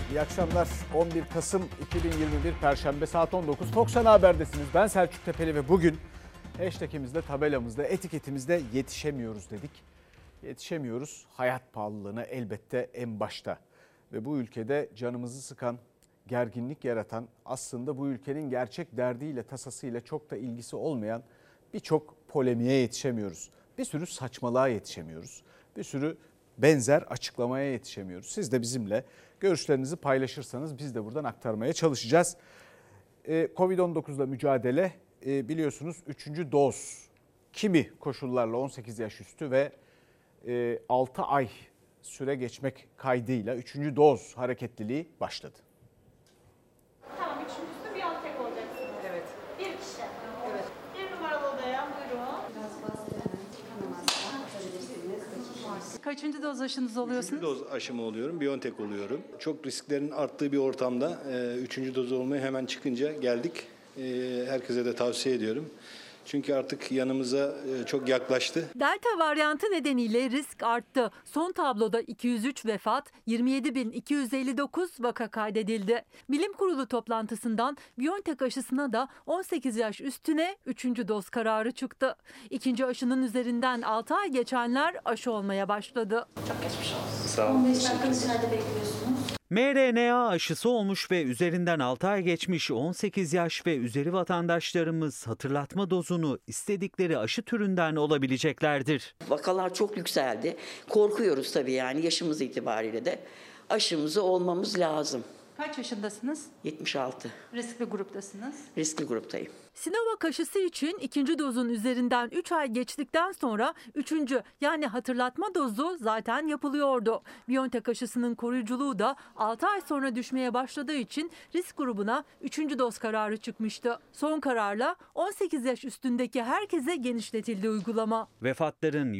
İyi akşamlar. 11 Kasım 2021 Perşembe saat 19. Fox Ana Haber'desiniz. Ben Selçuk Tepeli ve bugün hashtagimizde, tabelamızda, etiketimizde yetişemiyoruz dedik. Yetişemiyoruz. Hayat pahalılığına elbette en başta. Ve bu ülkede canımızı sıkan, gerginlik yaratan, aslında bu ülkenin gerçek derdiyle, tasasıyla çok da ilgisi olmayan birçok polemiğe yetişemiyoruz. Bir sürü saçmalığa yetişemiyoruz. Bir sürü benzer açıklamaya yetişemiyoruz. Siz de bizimle görüşlerinizi paylaşırsanız biz de buradan aktarmaya çalışacağız. Covid-19'la mücadele biliyorsunuz 3. doz kimi koşullarla 18 yaş üstü ve 6 ay süre geçmek kaydıyla 3. doz hareketliliği başladı. Tamam, üçüncüsü bir an tek olacaksınız. Evet. Bir kişi. Evet. Bir numaralı odaya buyurun. Kaçıncı doz aşınız oluyorsunuz? 3. doz aşımı oluyorum, BioNTech oluyorum. Çok risklerin arttığı bir ortamda 3. doz olmaya hemen çıkınca geldik. Herkese de tavsiye ediyorum. Çünkü artık yanımıza çok yaklaştı. Delta varyantı nedeniyle risk arttı. Son tabloda 203 vefat, 27.259 vaka kaydedildi. Bilim Kurulu toplantısından BioNTech aşısına da 18 yaş üstüne 3. doz kararı çıktı. İkinci aşının üzerinden 6 ay geçenler aşı olmaya başladı. Çok geçmiş olsun. Sağ olun. 15 dakika dışarıda bekliyorsunuz. mRNA aşısı olmuş ve üzerinden 6 ay geçmiş 18 yaş ve üzeri vatandaşlarımız hatırlatma dozunu istedikleri aşı türünden olabileceklerdir. Vakalar çok yükseldi. Korkuyoruz tabii yani yaşımız itibariyle de aşımızı olmamız lazım. Kaç yaşındasınız? 76. Riskli gruptasınız. Riskli gruptayım. Sinovac aşısı için ikinci dozun üzerinden 3 ay geçtikten sonra 3. yani hatırlatma dozu zaten yapılıyordu. BioNTech aşısının koruyuculuğu da 6 ay sonra düşmeye başladığı için risk grubuna 3. doz kararı çıkmıştı. Son kararla 18 yaş üstündeki herkese genişletildi uygulama. Vefatların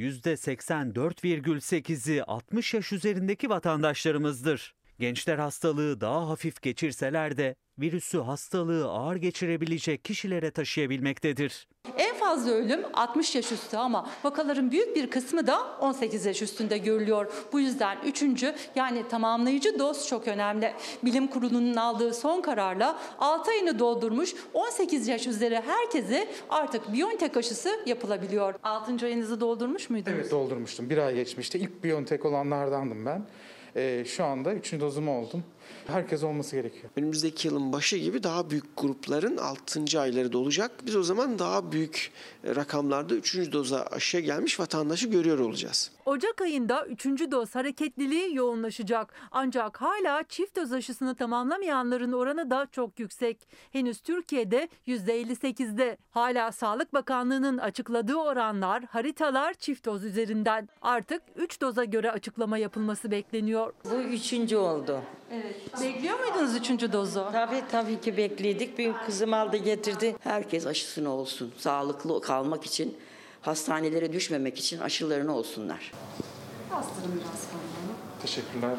%84,8'i 60 yaş üzerindeki vatandaşlarımızdır. Gençler hastalığı daha hafif geçirseler de virüsü hastalığı ağır geçirebilecek kişilere taşıyabilmektedir. En fazla ölüm 60 yaş üstü ama vakaların büyük bir kısmı da 18 yaş üstünde görülüyor. Bu yüzden 3. yani tamamlayıcı doz çok önemli. Bilim Kurulu'nun aldığı son kararla 6 ayını doldurmuş 18 yaş üzeri herkese artık BioNTech aşısı yapılabiliyor. 6. ayınızı doldurmuş muydunuz? Evet, doldurmuştum. 1 ay geçmişti. İlk BioNTech olanlardandım ben. Şu anda 3. dozumu oldum. Herkes olması gerekiyor. Önümüzdeki yılın başı gibi daha büyük grupların 6. ayları da olacak. Biz o zaman daha büyük rakamlarda 3. doza aşıya gelmiş vatandaşı görüyor olacağız. Ocak ayında 3. doz hareketliliği yoğunlaşacak. Ancak hala çift doz aşısını tamamlamayanların oranı da çok yüksek. Henüz Türkiye'de %58'de. Hala Sağlık Bakanlığı'nın açıkladığı oranlar, haritalar çift doz üzerinden. Artık 3 doza göre açıklama yapılması bekleniyor. Bu 3. oldu. Evet. Bekliyor muydunuz 3. dozu? Tabii ki bekledik. Büyük kızım aldı getirdi. Herkes aşısını olsun. Sağlıklı kalmak için, hastanelere düşmemek için aşılarını olsunlar. Bastırın biraz fazla. Teşekkürler.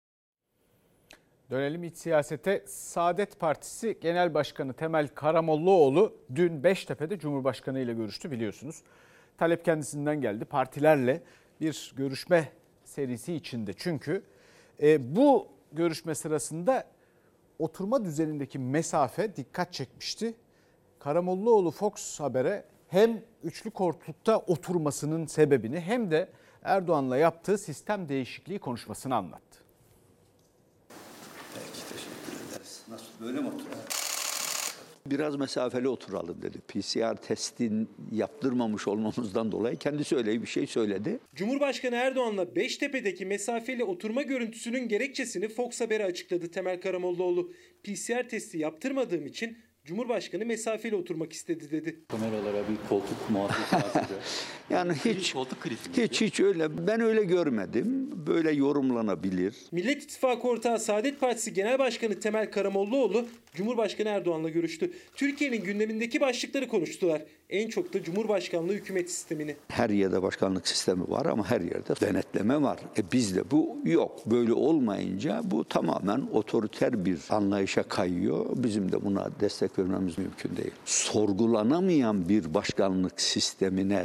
Dönelim iç siyasete. Saadet Partisi Genel Başkanı Temel Karamollaoğlu dün Beştepe'de Cumhurbaşkanı ile görüştü biliyorsunuz. Talep kendisinden geldi. Partilerle bir görüşme serisi içinde çünkü bu görüşme sırasında oturma düzenindeki mesafe dikkat çekmişti. Karamollaoğlu Fox Haber'e hem üçlü koltukta oturmasının sebebini hem de Erdoğan'la yaptığı sistem değişikliği konuşmasını anlattı. Peki, teşekkür ederiz. Nasıl, böyle mi oturalım? Biraz mesafeli oturalım dedi. PCR testin yaptırmamış olmamızdan dolayı kendisi öyle bir şey söyledi. Cumhurbaşkanı Erdoğan'la Beştepe'deki mesafeli oturma görüntüsünün gerekçesini Fox Haber'e açıkladı Temel Karamollaoğlu. PCR testi yaptırmadığım için Cumhurbaşkanı mesafeli oturmak istedi dedi. Kameralara bir koltuk muhabbeti var. Yani hiç öyle, ben öyle görmedim. Böyle yorumlanabilir. Millet İttifakı ortağı Saadet Partisi Genel Başkanı Temel Karamollaoğlu Cumhurbaşkanı Erdoğan'la görüştü. Türkiye'nin gündemindeki başlıkları konuştular. En çok da Cumhurbaşkanlığı hükümet sistemini. Her yerde başkanlık sistemi var ama her yerde denetleme var. Bizde bu yok. Böyle olmayınca bu tamamen otoriter bir anlayışa kayıyor. Bizim de buna destek vermemiz mümkün değil. Sorgulanamayan bir başkanlık sistemine biz rıza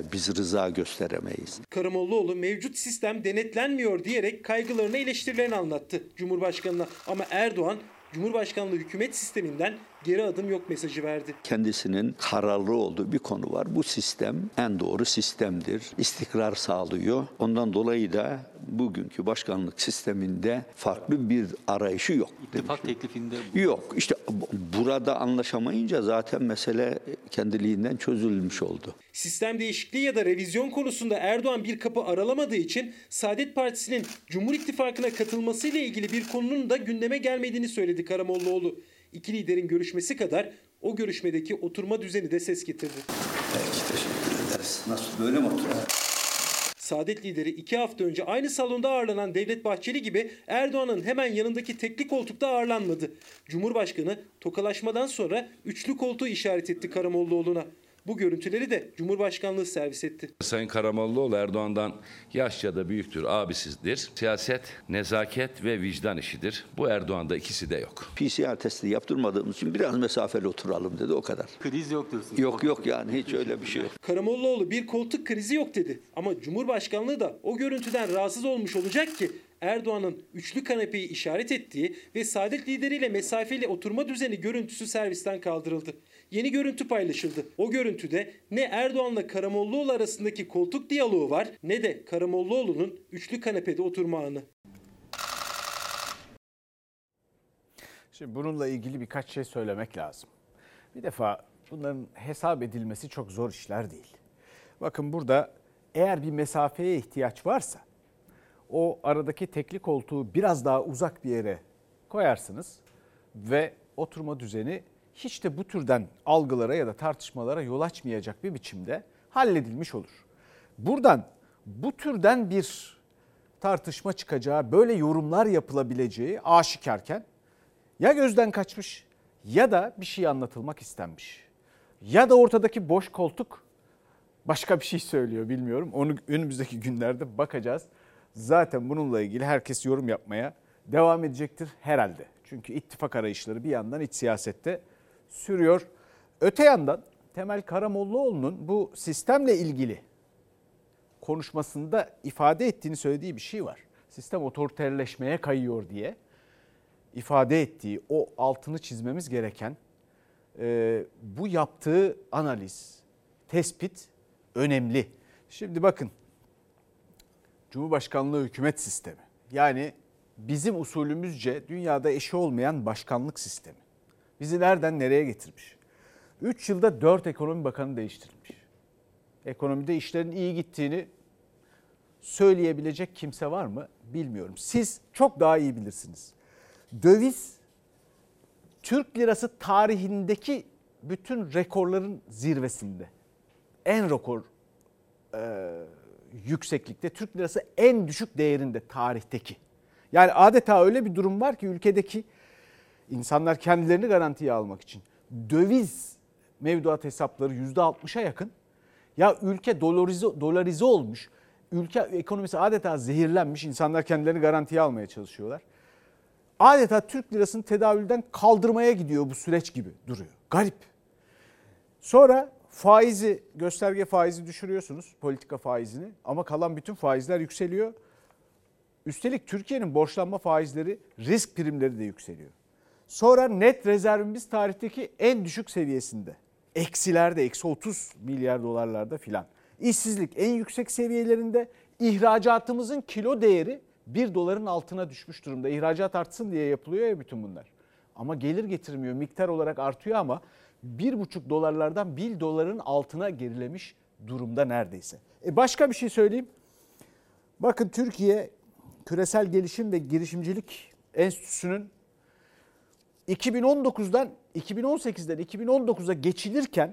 rıza gösteremeyiz. Karamollaoğlu mevcut sistem denetlenmiyor diyerek kaygılarını, eleştirilerini anlattı Cumhurbaşkanı'na. Ama Erdoğan Cumhurbaşkanlığı hükümet sisteminden geri adım yok mesajı verdi. Kendisinin kararlı olduğu bir konu var. Bu sistem en doğru sistemdir. İstikrar sağlıyor. Ondan dolayı da bugünkü başkanlık sisteminde farklı bir arayışı yok. İttifak teklifinde yok. İşte burada anlaşamayınca zaten mesele kendiliğinden çözülmüş oldu. Sistem değişikliği ya da revizyon konusunda Erdoğan bir kapı aralamadığı için Saadet Partisi'nin Cumhur İttifakı'na katılmasıyla ilgili bir konunun da gündeme gelmediğini söyledi Karamollaoğlu. İki liderin görüşmesi kadar o görüşmedeki oturma düzeni de ses getirdi. Peki, teşekkür ederiz. Nasıl, böyle mi oturuyor? Saadet lideri 2 hafta önce aynı salonda ağırlanan Devlet Bahçeli gibi Erdoğan'ın hemen yanındaki tekli koltukta ağırlanmadı. Cumhurbaşkanı tokalaşmadan sonra üçlü koltuğu işaret etti Karamollaoğlu'na. Bu görüntüleri de Cumhurbaşkanlığı servis etti. Sayın Karamollaoğlu Erdoğan'dan yaşça da büyüktür, abisizdir. Siyaset, nezaket ve vicdan işidir. Bu Erdoğan'da ikisi de yok. PCR testi yaptırmadığımız için biraz mesafeli oturalım dedi, o kadar. kriz yok diyorsunuz. Yok yani hiç öyle bir şey yok. Karamollaoğlu bir koltuk krizi yok dedi. Ama Cumhurbaşkanlığı da o görüntüden rahatsız olmuş olacak ki Erdoğan'ın üçlü kanepeyi işaret ettiği ve Saadet lideriyle mesafeli oturma düzeni görüntüsü servisten kaldırıldı. Yeni görüntü paylaşıldı. O görüntüde ne Erdoğan'la Karamollaoğlu arasındaki koltuk diyaloğu var ne de Karamollaoğlu'nun üçlü kanepede oturma anı. Şimdi bununla ilgili birkaç şey söylemek lazım. Bir defa bunların hesap edilmesi çok zor işler değil. Bakın burada eğer bir mesafeye ihtiyaç varsa o aradaki tekli koltuğu biraz daha uzak bir yere koyarsınız ve oturma düzeni hiç de bu türden algılara ya da tartışmalara yol açmayacak bir biçimde halledilmiş olur. Buradan bu türden bir tartışma çıkacağı, böyle yorumlar yapılabileceği aşikarken ya gözden kaçmış ya da bir şey anlatılmak istenmiş. Ya da ortadaki boş koltuk başka bir şey söylüyor, bilmiyorum. Onu önümüzdeki günlerde bakacağız. Zaten bununla ilgili herkes yorum yapmaya devam edecektir herhalde. Çünkü ittifak arayışları bir yandan iç siyasette sürüyor. Öte yandan Temel Karamollaoğlu'nun bu sistemle ilgili konuşmasında ifade ettiğini söylediği bir şey var. Sistem otoriterleşmeye kayıyor diye ifade ettiği, o altını çizmemiz gereken bu yaptığı analiz, tespit önemli. Şimdi bakın, Cumhurbaşkanlığı hükümet sistemi, yani bizim usulümüzce dünyada eşi olmayan başkanlık sistemi bizi nereden nereye getirmiş? 3 yılda 4 ekonomi bakanı değiştirilmiş. Ekonomide işlerin iyi gittiğini söyleyebilecek kimse var mı bilmiyorum. Siz çok daha iyi bilirsiniz. Döviz, Türk lirası tarihindeki bütün rekorların zirvesinde. En rekor yükseklikte, Türk lirası en düşük değerinde tarihteki. Yani adeta öyle bir durum var ki ülkedeki insanlar kendilerini garantiye almak için döviz mevduat hesapları %60'a yakın. Ya ülke dolarize olmuş, ülke ekonomisi adeta zehirlenmiş, insanlar kendilerini garantiye almaya çalışıyorlar. Adeta Türk lirasını tedavülden kaldırmaya gidiyor bu süreç gibi duruyor. Garip. Sonra faizi, gösterge faizi düşürüyorsunuz, politika faizini, ama kalan bütün faizler yükseliyor. Üstelik Türkiye'nin borçlanma faizleri, risk primleri de yükseliyor. Sonra net rezervimiz tarihteki en düşük seviyesinde. Eksilerde, eksi 30 milyar dolarlarda filan. İşsizlik en yüksek seviyelerinde, ihracatımızın kilo değeri 1 doların altına düşmüş durumda. İhracat artsın diye yapılıyor ya bütün bunlar. Ama gelir getirmiyor, miktar olarak artıyor ama 1,5 dolarlardan 1 doların altına gerilemiş durumda neredeyse. Başka bir şey söyleyeyim. Bakın, Türkiye Küresel Gelişim ve Girişimcilik Enstitüsü'nün 2018'den 2019'a geçilirken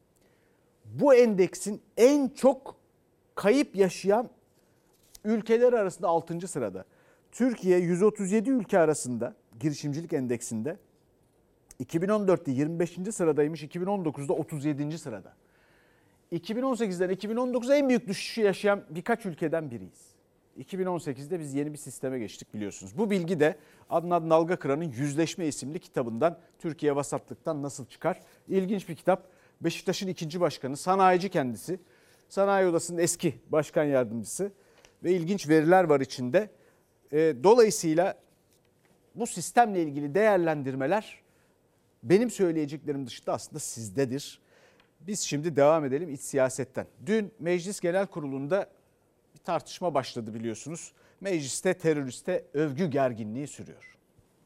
bu endeksin en çok kayıp yaşayan ülkeler arasında 6. sırada. Türkiye 137 ülke arasında girişimcilik endeksinde 2014'te 25. sıradaymış, 2019'da 37. sırada. 2018'den 2019'a en büyük düşüşü yaşayan birkaç ülkeden biriyiz. 2018'de biz yeni bir sisteme geçtik biliyorsunuz. Bu bilgi de Adnan Nalgakıran'ın Yüzleşme isimli kitabından, Türkiye vasatlıktan nasıl çıkar? İlginç bir kitap. Beşiktaş'ın 2. başkanı, sanayici kendisi. Sanayi Odası'nın eski başkan yardımcısı ve ilginç veriler var içinde. Dolayısıyla bu sistemle ilgili değerlendirmeler benim söyleyeceklerim dışında aslında sizdedir. Biz şimdi devam edelim iç siyasetten. Dün Meclis Genel Kurulu'nda bir tartışma başladı biliyorsunuz. Mecliste teröriste övgü gerginliği sürüyor.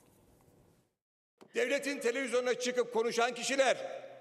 Devletin televizyonuna çıkıp konuşan kişiler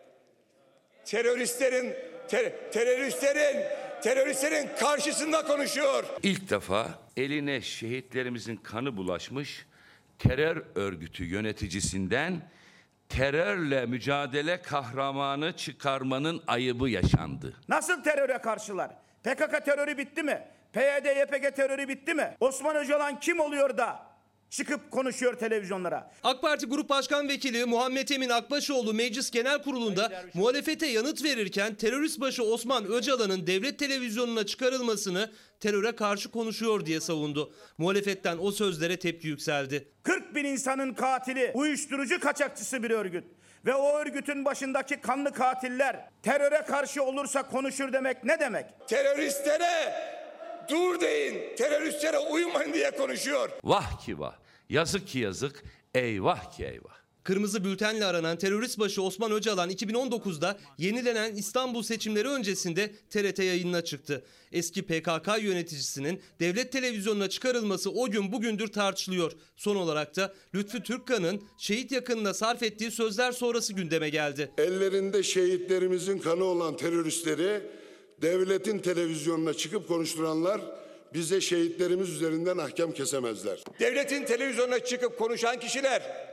teröristlerin karşısında konuşuyor. İlk defa eline şehitlerimizin kanı bulaşmış terör örgütü yöneticisinden terörle mücadele kahramanı çıkarmanın ayıbı yaşandı. Nasıl teröre karşılar? PKK terörü bitti mi? PYD, YPG terörü bitti mi? Osman Öcalan kim oluyor da çıkıp konuşuyor televizyonlara? AK Parti Grup Başkan Vekili Muhammet Emin Akbaşoğlu Meclis Genel Kurulu'nda muhalefete yanıt verirken terörist başı Osman Öcalan'ın devlet televizyonuna çıkarılmasını teröre karşı konuşuyor diye savundu. Muhalefetten o sözlere tepki yükseldi. 40 bin insanın katili, uyuşturucu kaçakçısı bir örgüt. Ve o örgütün başındaki kanlı katiller teröre karşı olursa konuşur demek ne demek? Teröristlere dur deyin, teröristlere uymayın diye konuşuyor. Vah ki vah, yazık ki yazık, eyvah ki eyvah. Kırmızı bültenle aranan terörist başı Osman Öcalan 2019'da yenilenen İstanbul seçimleri öncesinde TRT yayınına çıktı. Eski PKK yöneticisinin devlet televizyonuna çıkarılması o gün bugündür tartışılıyor. Son olarak da Lütfü Türkkan'ın şehit yakınına sarf ettiği sözler sonrası gündeme geldi. Ellerinde şehitlerimizin kanı olan teröristleri devletin televizyonuna çıkıp konuşturanlar bize şehitlerimiz üzerinden ahkam kesemezler. Devletin televizyonuna çıkıp konuşan kişiler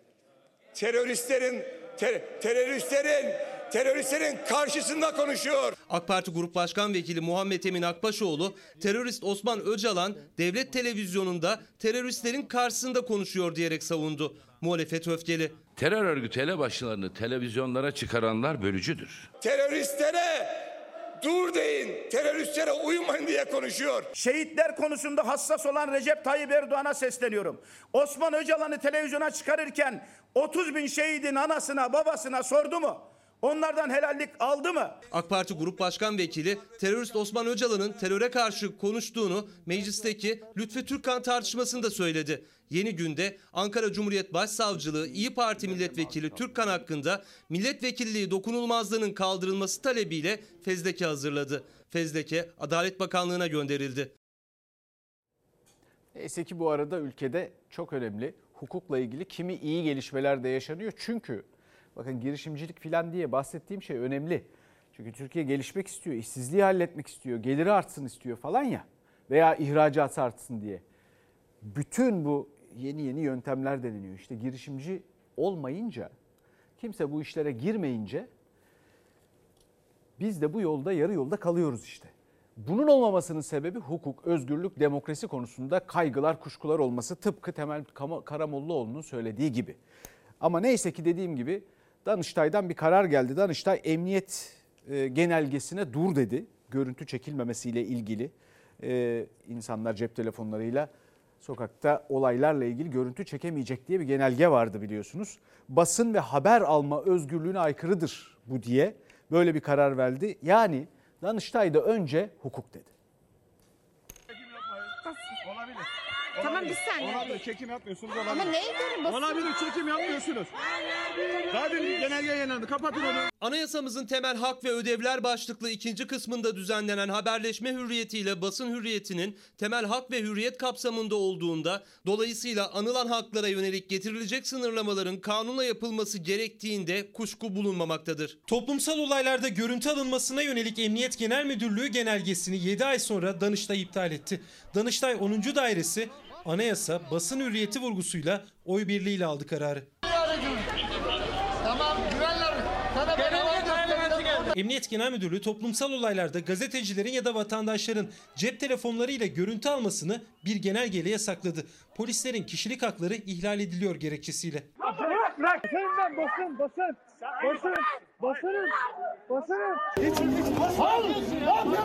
teröristlerin karşısında konuşuyor. AK Parti Grup Başkan Vekili Muhammet Emin Akbaşoğlu, terörist Osman Öcalan devlet televizyonunda teröristlerin karşısında konuşuyor diyerek savundu. Muhalefet öfkeli. Terör örgütü elebaşlarını televizyonlara çıkaranlar bölücüdür. Teröristlere dur deyin, teröristlere uymayın diye konuşuyor. Şehitler konusunda hassas olan Recep Tayyip Erdoğan'a sesleniyorum. Osman Öcalan'ı televizyona çıkarırken 30 bin şehidin anasına babasına sordu mu? Onlardan helallik aldı mı? AK Parti Grup Başkan Vekili terörist Osman Öcalan'ın teröre karşı konuştuğunu meclisteki Lütfü Türkkan tartışmasında söyledi. Yeni Günde Ankara Cumhuriyet Başsavcılığı İyi Parti Milletvekili Türkkan hakkında milletvekilliği dokunulmazlığının kaldırılması talebiyle fezleke hazırladı. Fezleke Adalet Bakanlığı'na gönderildi. Neyse ki bu arada ülkede çok önemli hukukla ilgili kimi iyi gelişmeler de yaşanıyor. Çünkü bakın girişimcilik falan diye bahsettiğim şey önemli. Çünkü Türkiye gelişmek istiyor, işsizliği halletmek istiyor, geliri artsın istiyor falan ya. Veya ihracatı artsın diye. Bütün bu yeni yöntemler deneniyor. İşte girişimci olmayınca, kimse bu işlere girmeyince biz de bu yolda yarı yolda kalıyoruz işte. Bunun olmamasının sebebi hukuk, özgürlük, demokrasi konusunda kaygılar, kuşkular olması tıpkı Temel Karamollaoğlu'nun söylediği gibi. Ama neyse ki dediğim gibi Danıştay'dan bir karar geldi. Danıştay emniyet genelgesine dur dedi. Görüntü çekilmemesiyle ilgili insanlar cep telefonlarıyla sokakta olaylarla ilgili görüntü çekemeyecek diye bir genelge vardı biliyorsunuz. Basın ve haber alma özgürlüğüne aykırıdır bu diye böyle bir karar verdi. Yani Danıştay'da önce hukuk dedi. Olabilir. Tamam bir saniye. Olabilir, çekim yapmıyorsunuz olabilir. Ama neye göre basın? Olabilir, çekim yapmıyorsunuz. Zaten genelge yayınlandı, kapatın onu. Anayasamızın temel hak ve ödevler başlıklı 2. kısmında düzenlenen haberleşme hürriyetiyle basın hürriyetinin temel hak ve hürriyet kapsamında olduğunda, dolayısıyla anılan haklara yönelik getirilecek sınırlamaların kanunla yapılması gerektiğinde kuşku bulunmamaktadır. Toplumsal olaylarda görüntü alınmasına yönelik Emniyet Genel Müdürlüğü genelgesini 7 ay sonra Danıştay iptal etti. Danıştay 10. Dairesi anayasa, basın hürriyeti vurgusuyla oy birliğiyle aldı kararı. Tamam güvenler. Emniyet Genel Müdürlüğü toplumsal olaylarda gazetecilerin ya da vatandaşların cep telefonlarıyla görüntü almasını bir genelgeyle yasakladı. Polislerin kişilik hakları ihlal ediliyor gerekçesiyle. Bırak. Sen basın. Basın. Hiç.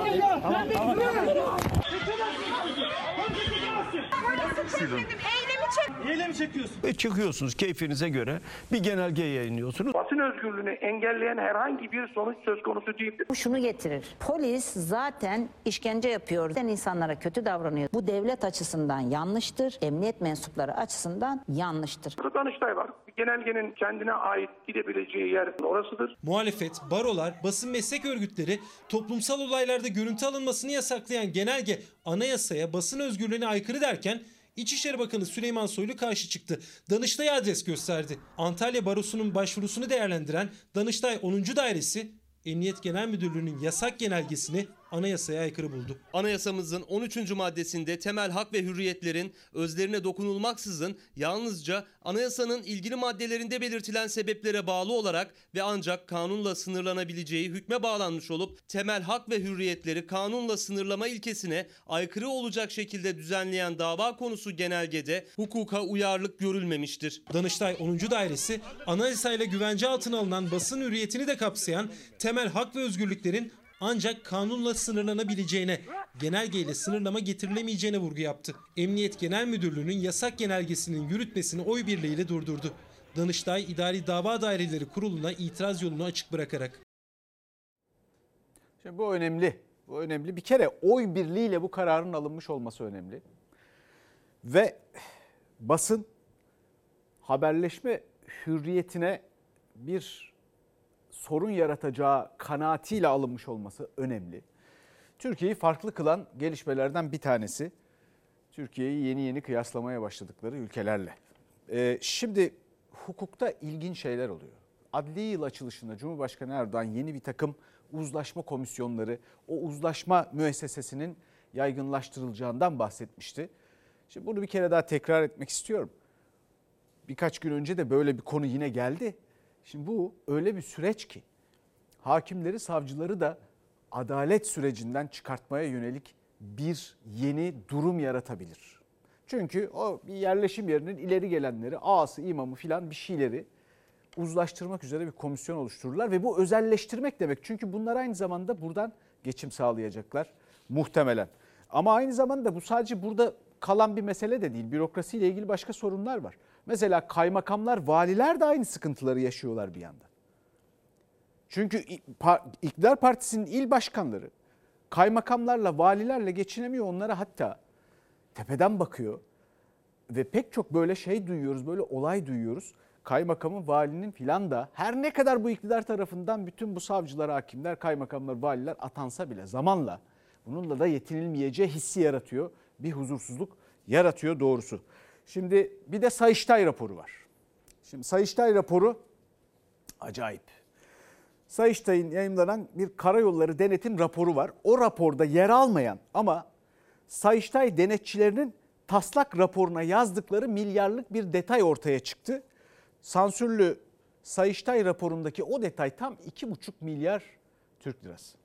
Eylemi gerçek. Neyle mi çekiyorsun? Çıkıyorsunuz keyfinize göre bir genelge yayınlıyorsunuz. Basın özgürlüğünü engelleyen herhangi bir sonuç söz konusu değildir. Bu şunu getirir. Polis zaten işkence yapıyor. İnsanlara kötü davranıyor. Bu devlet açısından yanlıştır. Emniyet mensupları açısından yanlıştır. Burada Danıştay var. Genelgenin kendine ait gidebileceği yer orasıdır. Muhalefet, barolar, basın meslek örgütleri toplumsal olaylarda görüntü alınmasını yasaklayan genelge anayasaya, basın özgürlüğüne aykırı derken İçişleri Bakanı Süleyman Soylu karşı çıktı. Danıştay'a adres gösterdi. Antalya Barosu'nun başvurusunu değerlendiren Danıştay 10. Dairesi Emniyet Genel Müdürlüğü'nün yasak genelgesini anayasaya aykırı buldu. Anayasamızın 13. maddesinde temel hak ve hürriyetlerin özlerine dokunulmaksızın yalnızca anayasanın ilgili maddelerinde belirtilen sebeplere bağlı olarak ve ancak kanunla sınırlanabileceği hükme bağlanmış olup temel hak ve hürriyetleri kanunla sınırlama ilkesine aykırı olacak şekilde düzenleyen dava konusu genelgede hukuka uyarlık görülmemiştir. Danıştay 10. Dairesi anayasayla güvence altına alınan basın hürriyetini de kapsayan temel hak ve özgürlüklerin ancak kanunla sınırlanabileceğine, genelgeyle sınırlama getirilemeyeceğine vurgu yaptı. Emniyet Genel Müdürlüğü'nün yasak genelgesinin yürütmesini oy birliğiyle durdurdu. Danıştay İdari Dava Daireleri Kurulu'na itiraz yolunu açık bırakarak. Şimdi bu önemli. Bu önemli. Bir kere oy birliğiyle bu kararın alınmış olması önemli. Ve basın haberleşme hürriyetine bir sorun yaratacağı kanaatiyle alınmış olması önemli. Türkiye'yi farklı kılan gelişmelerden bir tanesi, Türkiye'yi yeni kıyaslamaya başladıkları ülkelerle. Şimdi hukukta ilginç şeyler oluyor. Adli yıl açılışında Cumhurbaşkanı Erdoğan yeni bir takım uzlaşma komisyonları, o uzlaşma müessesesinin yaygınlaştırılacağından bahsetmişti. Şimdi bunu bir kere daha tekrar etmek istiyorum. Birkaç gün önce de böyle bir konu yine geldi. Şimdi bu öyle bir süreç ki hakimleri, savcıları da adalet sürecinden çıkartmaya yönelik bir yeni durum yaratabilir. Çünkü o bir yerleşim yerinin ileri gelenleri, ağası, imamı filan bir şeyleri uzlaştırmak üzere bir komisyon oluştururlar ve bu özelleştirmek demek. Çünkü bunlar aynı zamanda buradan geçim sağlayacaklar muhtemelen. Ama aynı zamanda bu sadece burada kalan bir mesele de değil. Bürokrasiyle ilgili başka sorunlar var. Mesela kaymakamlar, valiler de aynı sıkıntıları yaşıyorlar bir yandan. Çünkü iktidar partisinin il başkanları kaymakamlarla, valilerle geçinemiyor. Onlara hatta tepeden bakıyor. Ve pek çok böyle şey duyuyoruz, böyle olay duyuyoruz. Kaymakamın, valinin filan da her ne kadar bu iktidar tarafından bütün bu savcılar, hakimler, kaymakamlar, valiler atansa bile zamanla bununla da yetinilmeyeceği hissi yaratıyor. Bir huzursuzluk yaratıyor doğrusu. Şimdi bir de Sayıştay raporu var. Şimdi Sayıştay raporu acayip. Sayıştay'ın yayımlanan bir karayolları denetim raporu var. O raporda yer almayan ama Sayıştay denetçilerinin taslak raporuna yazdıkları milyarlık bir detay ortaya çıktı. Sansürlü Sayıştay raporundaki o detay tam 2,5 milyar Türk lirası.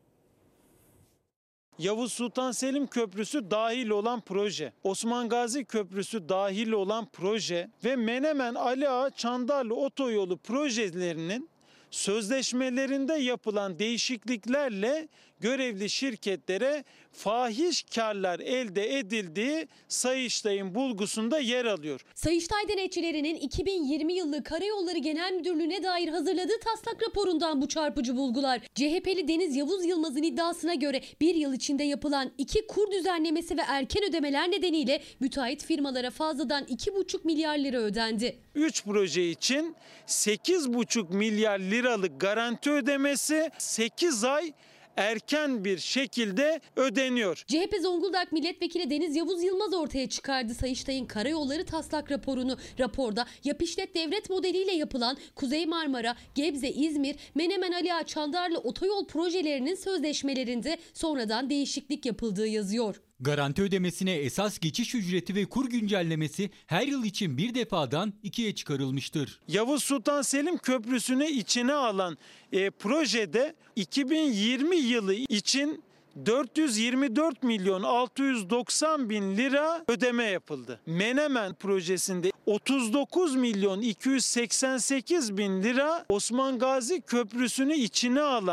Yavuz Sultan Selim Köprüsü dahil olan proje, Osman Gazi Köprüsü dahil olan proje ve Menemen Ali Ağa Çandarlı Otoyolu projelerinin sözleşmelerinde yapılan değişikliklerle görevli şirketlere fahiş karlar elde edildiği Sayıştay'ın bulgusunda yer alıyor. Sayıştay denetçilerinin 2020 yılı Karayolları Genel Müdürlüğü'ne dair hazırladığı taslak raporundan bu çarpıcı bulgular. CHP'li Deniz Yavuz Yılmaz'ın iddiasına göre bir yıl içinde yapılan 2 kur düzenlemesi ve erken ödemeler nedeniyle müteahhit firmalara fazladan 2,5 milyar lira ödendi. 3 proje için 8,5 milyar liralık garanti ödemesi 8 ay erken bir şekilde ödeniyor. CHP Zonguldak Milletvekili Deniz Yavuz Yılmaz ortaya çıkardı Sayıştay'ın karayolları taslak raporunu. Raporda yap işlet devlet modeliyle yapılan Kuzey Marmara, Gebze, İzmir, Menemen Ali Ağa Çandarlı otoyol projelerinin sözleşmelerinde sonradan değişiklik yapıldığı yazıyor. Garanti ödemesine esas geçiş ücreti ve kur güncellemesi her yıl için bir defadan 2'ye çıkarılmıştır. Yavuz Sultan Selim Köprüsü'nü içine alan projede 2020 yılı için 424 milyon 690 bin lira ödeme yapıldı. Menemen projesinde 39 milyon 288 bin lira, Osman Gazi Köprüsü'nü içine alan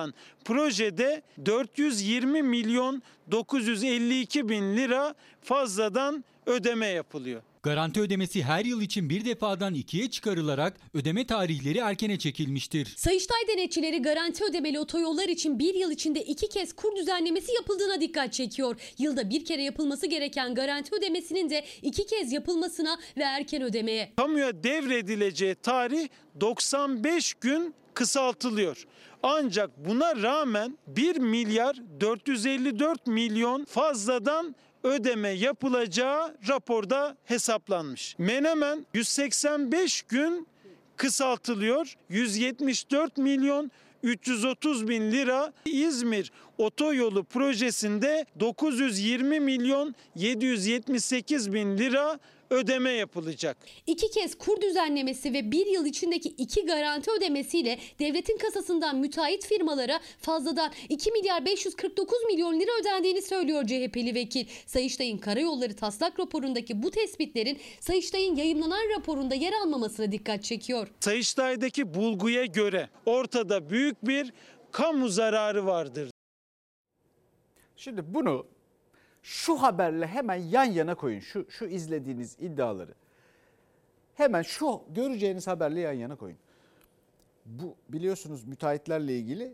projede 420 milyon 952 bin lira fazladan ödeme yapılıyor. Garanti ödemesi her yıl için bir defadan 2'ye çıkarılarak ödeme tarihleri erkene çekilmiştir. Sayıştay denetçileri garanti ödemeli otoyollar için bir yıl içinde 2 kez kur düzenlemesi yapıldığına dikkat çekiyor. Yılda bir kere yapılması gereken garanti ödemesinin de 2 kez yapılmasına ve erken ödemeye. Kamuya devredileceği tarih 95 gün kısaltılıyor. Ancak buna rağmen 1 milyar 454 milyon fazladan ödeme yapılacağı raporda hesaplanmış. Menemen 185 gün kısaltılıyor. 174 milyon 330 bin lira. İzmir otoyolu projesinde 920 milyon 778 bin lira ödeme yapılacak. 2 kez kur düzenlemesi ve 1 yıl içindeki 2 garanti ödemesiyle devletin kasasından müteahhit firmalara fazladan 2 milyar 549 milyon lira ödendiğini söylüyor CHP'li vekil. Sayıştay'ın karayolları taslak raporundaki bu tespitlerin Sayıştay'ın yayımlanan raporunda yer almamasına dikkat çekiyor. Sayıştay'daki bulguya göre ortada büyük bir kamu zararı vardır. Şimdi bunu şu haberle hemen yan yana koyun. Şu izlediğiniz iddiaları. Hemen şu göreceğiniz haberle yan yana koyun. Bu biliyorsunuz müteahhitlerle ilgili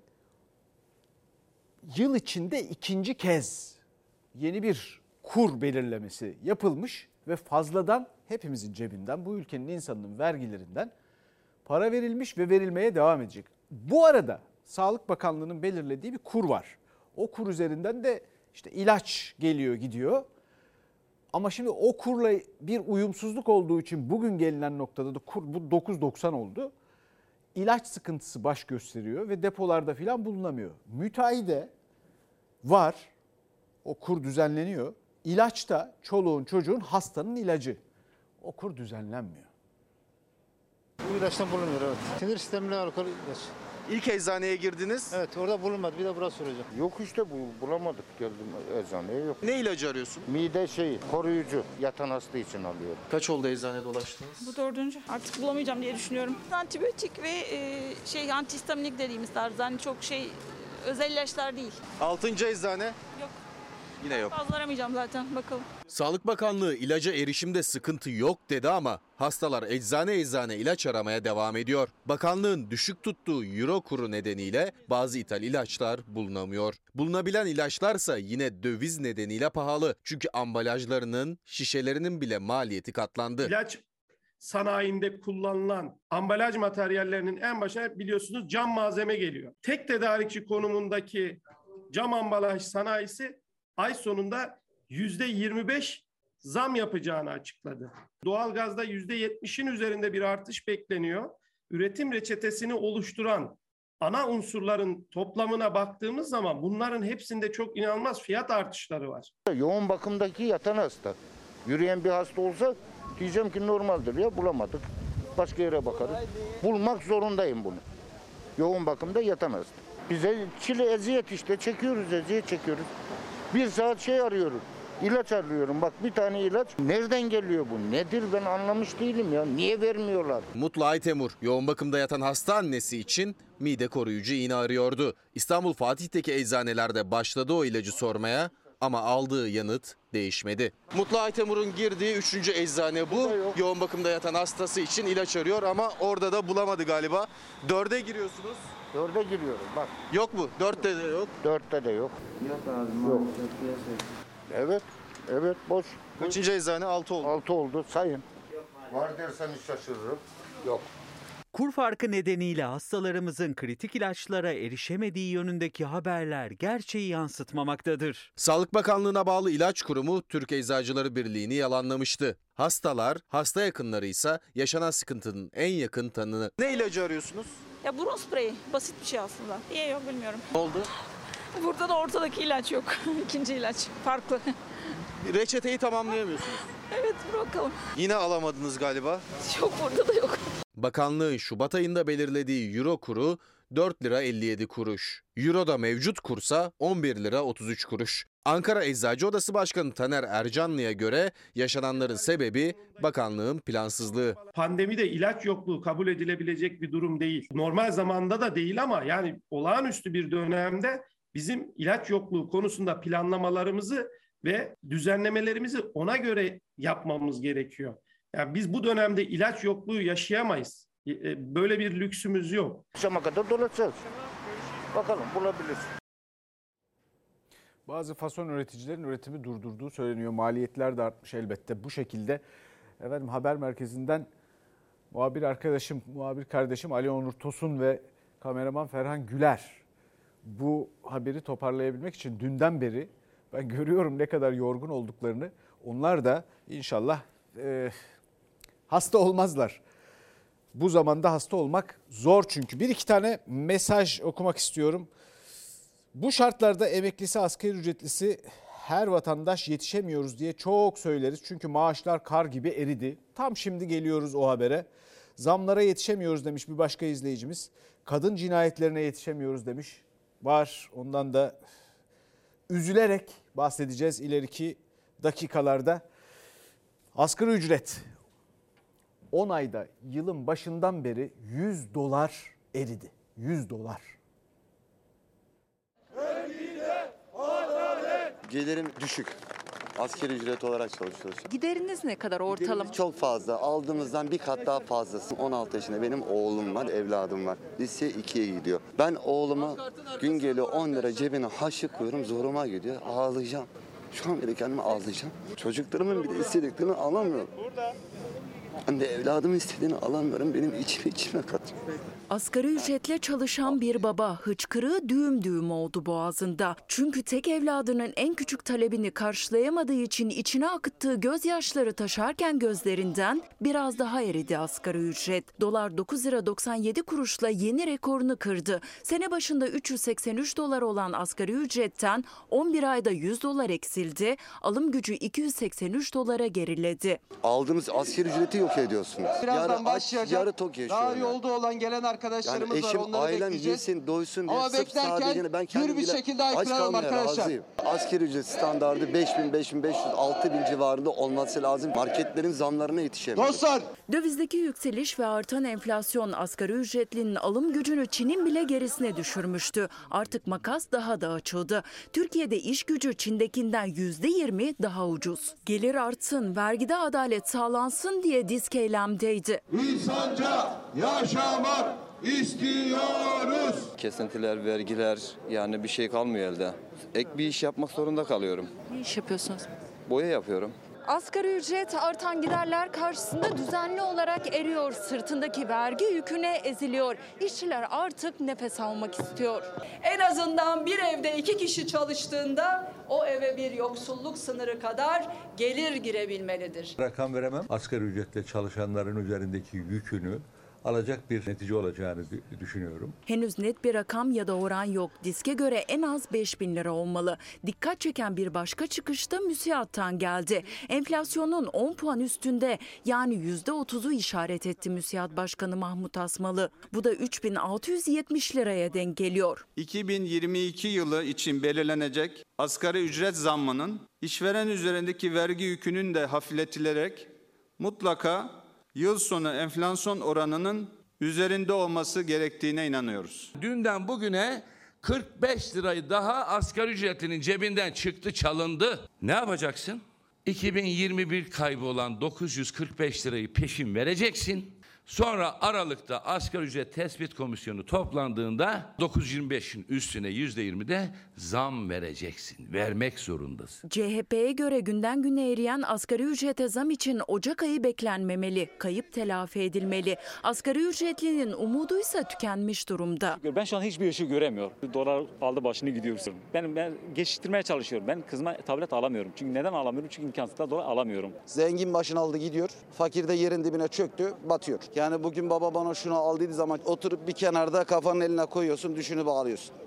yıl içinde ikinci kez yeni bir kur belirlemesi yapılmış ve fazladan hepimizin cebinden, bu ülkenin insanının vergilerinden para verilmiş ve verilmeye devam edecek. Bu arada Sağlık Bakanlığı'nın belirlediği bir kur var. O kur üzerinden de İşte ilaç geliyor gidiyor ama şimdi o kurla bir uyumsuzluk olduğu için bugün gelinen noktada da kur bu 9.90 oldu. İlaç sıkıntısı baş gösteriyor ve depolarda filan bulunamıyor. Müteahhide var, o kur düzenleniyor. İlaç da çoluğun çocuğun hastanın ilacı. O kur düzenlenmiyor. Bu ilaçtan bulunmuyor, evet. Sinir sistemine alakalı ilaç. İlk eczaneye girdiniz. Evet, orada bulunmadı. Bir de burası soracağım. Yok işte bulamadık, geldim eczaneye yok. Ne ilacı arıyorsun? Mide koruyucu, yatan hasta için alıyorum. Kaç oldu eczaneye dolaştınız? Bu 4. Artık bulamayacağım diye düşünüyorum. Antibiyotik ve antihistaminik dediğimiz tarz. Yani çok özel ilaçlar değil. 6. eczane? Yok. Yine yok. Fazla aramayacağım zaten, bakalım. Sağlık Bakanlığı ilaca erişimde sıkıntı yok dedi ama hastalar eczane ilaç aramaya devam ediyor. Bakanlığın düşük tuttuğu euro kuru nedeniyle bazı ithal ilaçlar bulunamıyor. Bulunabilen ilaçlarsa yine döviz nedeniyle pahalı. Çünkü ambalajlarının, şişelerinin bile maliyeti katlandı. İlaç sanayinde kullanılan ambalaj materyallerinin en başına biliyorsunuz cam malzeme geliyor. Tek tedarikçi konumundaki cam ambalaj sanayisi ay sonunda %25 zam yapacağını açıkladı. Doğalgazda %70'in üzerinde bir artış bekleniyor. Üretim reçetesini oluşturan ana unsurların toplamına baktığımız zaman bunların hepsinde çok inanılmaz fiyat artışları var. Yoğun bakımdaki yatan hasta. Yürüyen bir hasta olsa diyeceğim ki normaldir ya, bulamadık. Başka yere bakarız. Bulmak zorundayım bunu. Yoğun bakımda yatan hasta. Bize çile eziyet işte, eziyet çekiyoruz. Bir saat arıyorum. İlaç arıyorum. Bak bir tane ilaç. Nereden geliyor bu? Nedir ben anlamış değilim ya. Niye vermiyorlar? Mutlu Aytemur yoğun bakımda yatan hasta annesi için mide koruyucu iğne arıyordu. İstanbul Fatih'teki eczanelerde başladı o ilacı sormaya ama aldığı yanıt değişmedi. Mutlu Aytemur'un girdiği 3. eczane bu. Yoğun bakımda yatan hastası için ilaç arıyor ama orada da bulamadı galiba. 4'e giriyorsunuz. 4'e giriyorum bak. Yok mu? 4'te de yok. 4'te de yok. Yok. Evet boş. Kaçıncı eczane? 6 oldu. 6 oldu sayın. Var derseniz şaşırırım. Yok. Kur farkı nedeniyle hastalarımızın kritik ilaçlara erişemediği yönündeki haberler gerçeği yansıtmamaktadır. Sağlık Bakanlığı'na bağlı ilaç kurumu Türk Eczacıları Birliği'ni yalanlamıştı. Hastalar, hasta yakınları ise yaşanan sıkıntının en yakın tanığı. Ne ilacı arıyorsunuz? Ya burun spreyi, basit bir şey aslında. Niye yok bilmiyorum. Ne oldu? Burada da ortadaki ilaç yok. İkinci ilaç farklı. Reçeteyi tamamlayamıyorsunuz. Evet, bakalım. Yine alamadınız galiba. Yok, burada da yok. Bakanlığın Şubat ayında belirlediği euro kuru 4 lira 57 kuruş. Euro'da mevcut kursa 11 lira 33 kuruş. Ankara Eczacı Odası Başkanı Taner Ercanlı'ya göre yaşananların sebebi bakanlığın plansızlığı. Pandemide ilaç yokluğu kabul edilebilecek bir durum değil. Normal zamanda da değil ama yani olağanüstü bir dönemde bizim ilaç yokluğu konusunda planlamalarımızı ve düzenlemelerimizi ona göre yapmamız gerekiyor. Yani biz bu dönemde ilaç yokluğu yaşayamayız. Böyle bir lüksümüz yok. Akşama kadar dolaşacağız. Bakalım bulabiliriz. Bazı fason üreticilerin üretimi durdurduğu söyleniyor. Maliyetler de artmış elbette. Bu şekilde efendim haber merkezinden muhabir kardeşim Ali Onur Tosun ve kameraman Ferhan Güler bu haberi toparlayabilmek için dünden beri ben görüyorum ne kadar yorgun olduklarını. Onlar da inşallah hasta olmazlar. Bu zamanda hasta olmak zor çünkü. Bir iki tane mesaj okumak istiyorum. Bu şartlarda emeklisi, asgari ücretlisi her vatandaş yetişemiyoruz diye çok söyleriz. Çünkü maaşlar kar gibi eridi. Tam şimdi geliyoruz o habere. Zamlara yetişemiyoruz demiş bir başka izleyicimiz. Kadın cinayetlerine yetişemiyoruz demiş. Var, ondan da üzülerek bahsedeceğiz ileriki dakikalarda. Asgari ücret 10 ayda yılın başından beri $100 eridi. $100. Gelirim düşük. Asgari ücret olarak çalışıyoruz. Gideriniz ne kadar ortalama? Giderimiz çok fazla. Aldığımızdan bir kat daha fazlası. 16 yaşında benim oğlum var, evladım var. Lise 2'ye gidiyor. Ben oğluma gün geliyor 10 lira cebine haşık koyuyorum, zoruma gidiyor. Ağlayacağım. Şu an bile kendime ağlayacağım. Çocuklarımın bir de istediklerini alamıyorum. Ben de evladımın istediğini alamıyorum. Benim içime katıyor. Asgari ücretle çalışan bir baba hıçkırığı düğüm düğüm oldu boğazında. Çünkü tek evladının en küçük talebini karşılayamadığı için içine akıttığı gözyaşları taşarken gözlerinden biraz daha eridi asgari ücret. Dolar 9 lira 97 kuruşla yeni rekorunu kırdı. Sene başında 383 dolar olan asgari ücretten 11 ayda $100 eksildi. Alım gücü 283 dolara geriledi. Aldığımız asgari ücreti yok ediyorsunuz. Birazdan başlayacak. Yarı tok yaşıyorum. Daha yolda olan gelen arkadaşlarımız yani eşim, var. Onları ailem bekleyeceğiz. yesin, doysun diye ama sırf sadece ben kendim bir şekilde ayıklanalım arkadaşlar. Razıyım. Asgari ücret standardı 5.000, 5.500, 6.000 civarında olması lazım. Marketlerin zamlarına yetişemiyor. Dostlar. Dövizdeki yükseliş ve artan enflasyon asgari ücretlinin alım gücünü Çin'in bile gerisine düşürmüştü. Artık makas daha da açıldı. Türkiye'de iş gücü Çin'dekinden %20 daha ucuz. Gelir artsın, vergide adalet sağlansın diye disk eylemdeydi. İnsanca yaşamak istiyoruz. Kesintiler, vergiler, yani bir şey kalmıyor elde. Ek bir iş yapmak zorunda kalıyorum. Ne iş yapıyorsunuz? Boya yapıyorum. Asgari ücret artan giderler karşısında düzenli olarak eriyor. Sırtındaki vergi yüküne eziliyor. İşçiler artık nefes almak istiyor. En azından bir evde 2 kişi çalıştığında o eve bir yoksulluk sınırı kadar gelir girebilmelidir. Rakam veremem. Asgari ücretle çalışanların üzerindeki yükünü alacak bir netice olacağını düşünüyorum. Henüz net bir rakam ya da oran yok. Diske göre en az 5.000 lira olmalı. Dikkat çeken bir başka çıkış da MÜSİAD'dan geldi. Enflasyonun 10 puan üstünde, yani %30'u işaret etti MÜSİAD Başkanı Mahmut Asmalı. Bu da 3.670 liraya denk geliyor. 2022 yılı için belirlenecek asgari ücret zammının işveren üzerindeki vergi yükünün de hafifletilerek mutlaka yıl sonu enflasyon oranının üzerinde olması gerektiğine inanıyoruz. Dünden bugüne 45 lirayı daha asgari ücretinin cebinden çıktı, çalındı. Ne yapacaksın? 2021 kaybı olan 945 lirayı peşin vereceksin. Sonra Aralık'ta asgari ücret tespit komisyonu toplandığında 925'in üstüne %20 zam vereceksin. Vermek zorundasın. CHP'ye göre günden güne eriyen asgari ücrete zam için Ocak ayı beklenmemeli. Kayıp telafi edilmeli. Asgari ücretlinin umuduysa tükenmiş durumda. Ben şu an hiçbir ışık göremiyorum. Dolar aldı başını gidiyor. Ben geçiştirmeye çalışıyorum. Ben kızıma tablet alamıyorum. Çünkü neden alamıyorum? Çünkü imkansızlıkla dolayı alamıyorum. Zengin başını aldı gidiyor. Fakir de yerin dibine çöktü, batıyor. Yani bugün baba bana şunu al dediği zaman oturup bir kenarda kafanın eline koyuyorsun, düşünüp ağlıyorsun.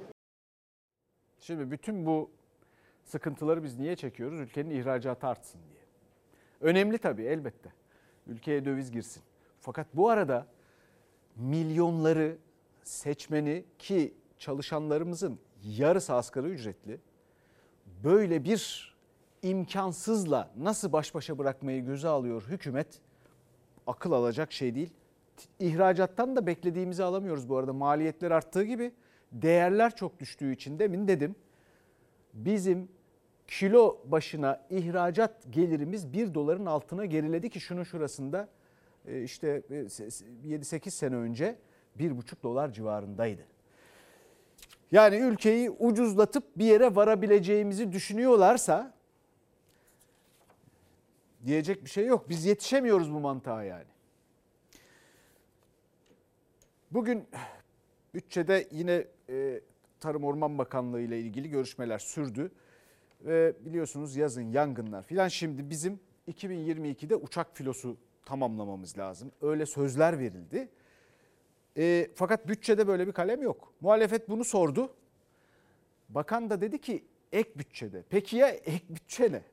Şimdi bütün bu sıkıntıları biz niye çekiyoruz? Ülkenin ihracatı artsın diye. Önemli tabii, elbette. Ülkeye döviz girsin. Fakat bu arada milyonları seçmeni ki çalışanlarımızın yarısı asgari ücretli böyle bir imkansızla nasıl baş başa bırakmayı göze alıyor hükümet? Akıl alacak şey değil. İhracattan da beklediğimizi alamıyoruz bu arada. Maliyetler arttığı gibi değerler çok düştüğü için demin dedim. Bizim kilo başına ihracat gelirimiz 1 doların altına geriledi ki şunun şurasında işte 7-8 sene önce 1,5 dolar civarındaydı. Yani ülkeyi ucuzlatıp bir yere varabileceğimizi düşünüyorlarsa diyecek bir şey yok. Biz yetişemiyoruz bu mantığa yani. Bugün bütçede yine Tarım Orman Bakanlığı ile ilgili görüşmeler sürdü. Ve biliyorsunuz yazın yangınlar filan, şimdi bizim 2022'de uçak filosu tamamlamamız lazım. Öyle sözler verildi. Fakat bütçede böyle bir kalem yok. Muhalefet bunu sordu. Bakan da dedi ki ek bütçede. Peki ya ek bütçe ne?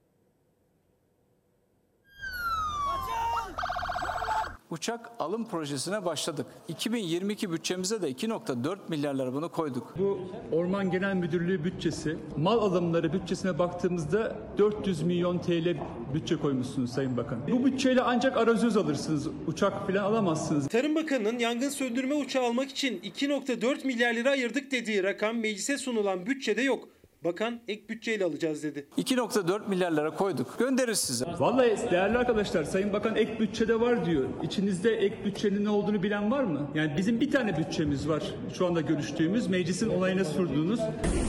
Uçak alım projesine başladık. 2022 bütçemize de 2.4 milyar lira bunu koyduk. Bu Orman Genel Müdürlüğü bütçesi, mal alımları bütçesine baktığımızda 400 milyon TL bütçe koymuşsunuz Sayın Bakan. Bu bütçeyle ancak arazöz alırsınız, uçak falan alamazsınız. Tarım Bakanı'nın yangın söndürme uçağı almak için 2.4 milyar lira ayırdık dediği rakam meclise sunulan bütçede yok. Bakan ek bütçeyle alacağız dedi. 2.4 milyar lira koyduk. Göndeririz size. Vallahi değerli arkadaşlar, Sayın Bakan ek bütçede var diyor. İçinizde ek bütçenin ne olduğunu bilen var mı? Yani bizim bir tane bütçemiz var. Şu anda görüştüğümüz, meclisin onayına sunduğunuz.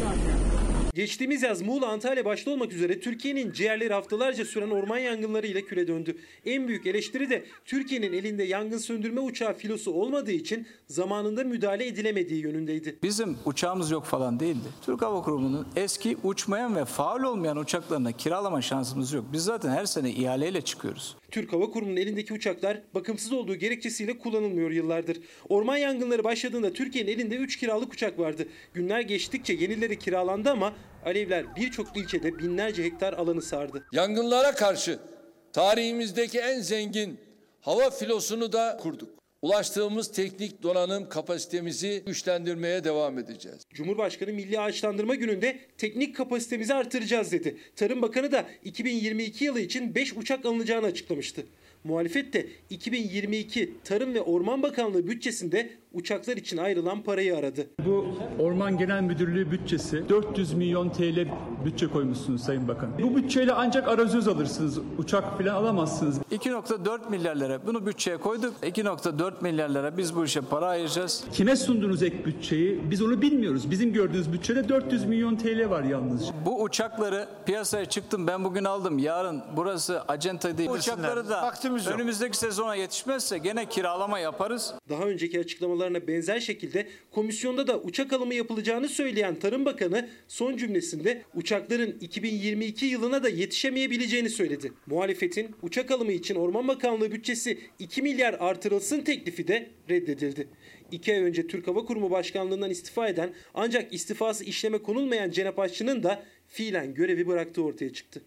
Geçtiğimiz yaz Muğla, Antalya başta olmak üzere Türkiye'nin ciğerleri haftalarca süren orman yangınları ile küle döndü. En büyük eleştiri de Türkiye'nin elinde yangın söndürme uçağı filosu olmadığı için zamanında müdahale edilemediği yönündeydi. Bizim uçağımız yok falan değildi. Türk Hava Kurumu'nun eski uçmayan ve faul olmayan uçaklarına kiralama şansımız yok. Biz zaten her sene ihaleyle çıkıyoruz. Türk Hava Kurumu'nun elindeki uçaklar bakımsız olduğu gerekçesiyle kullanılmıyor yıllardır. Orman yangınları başladığında Türkiye'nin elinde 3 kiralık uçak vardı. Günler geçtikçe yenileri kiralandı ama alevler birçok ilçede binlerce hektar alanı sardı. Yangınlara karşı tarihimizdeki en zengin hava filosunu da kurduk. Ulaştığımız teknik donanım kapasitemizi güçlendirmeye devam edeceğiz. Cumhurbaşkanı Milli Ağaçlandırma Günü'nde teknik kapasitemizi artıracağız dedi. Tarım Bakanı da 2022 yılı için 5 uçak alınacağını açıklamıştı. Muhalefet de 2022 Tarım ve Orman Bakanlığı bütçesinde uçaklar için ayrılan parayı aradı. Bu Orman Genel Müdürlüğü bütçesi 400 milyon TL bütçe koymuşsunuz Sayın Bakan. Bu bütçeyle ancak arazöz alırsınız, uçak falan alamazsınız. 2.4 milyar lira bunu bütçeye koyduk. 2.4 milyar lira biz bu işe para ayıracağız. Kime sundunuz ek bütçeyi? Biz onu bilmiyoruz. Bizim gördüğünüz bütçede 400 milyon TL var yalnızca. Bu uçakları piyasaya çıktım, ben bugün aldım. Yarın burası acenta değil. Bu uçakları da önümüzdeki sezona yetişmezse gene kiralama yaparız. Daha önceki açıklamalarına benzer şekilde komisyonda da uçak alımı yapılacağını söyleyen Tarım Bakanı son cümlesinde uçakların 2022 yılına da yetişemeyebileceğini söyledi. Muhalefetin uçak alımı için Orman Bakanlığı bütçesi 2 milyar artırılsın teklifi de reddedildi. 2 ay önce Türk Hava Kurumu Başkanlığından istifa eden ancak istifası işleme konulmayan Cenap Aşçı'nın da fiilen görevi bıraktığı ortaya çıktı.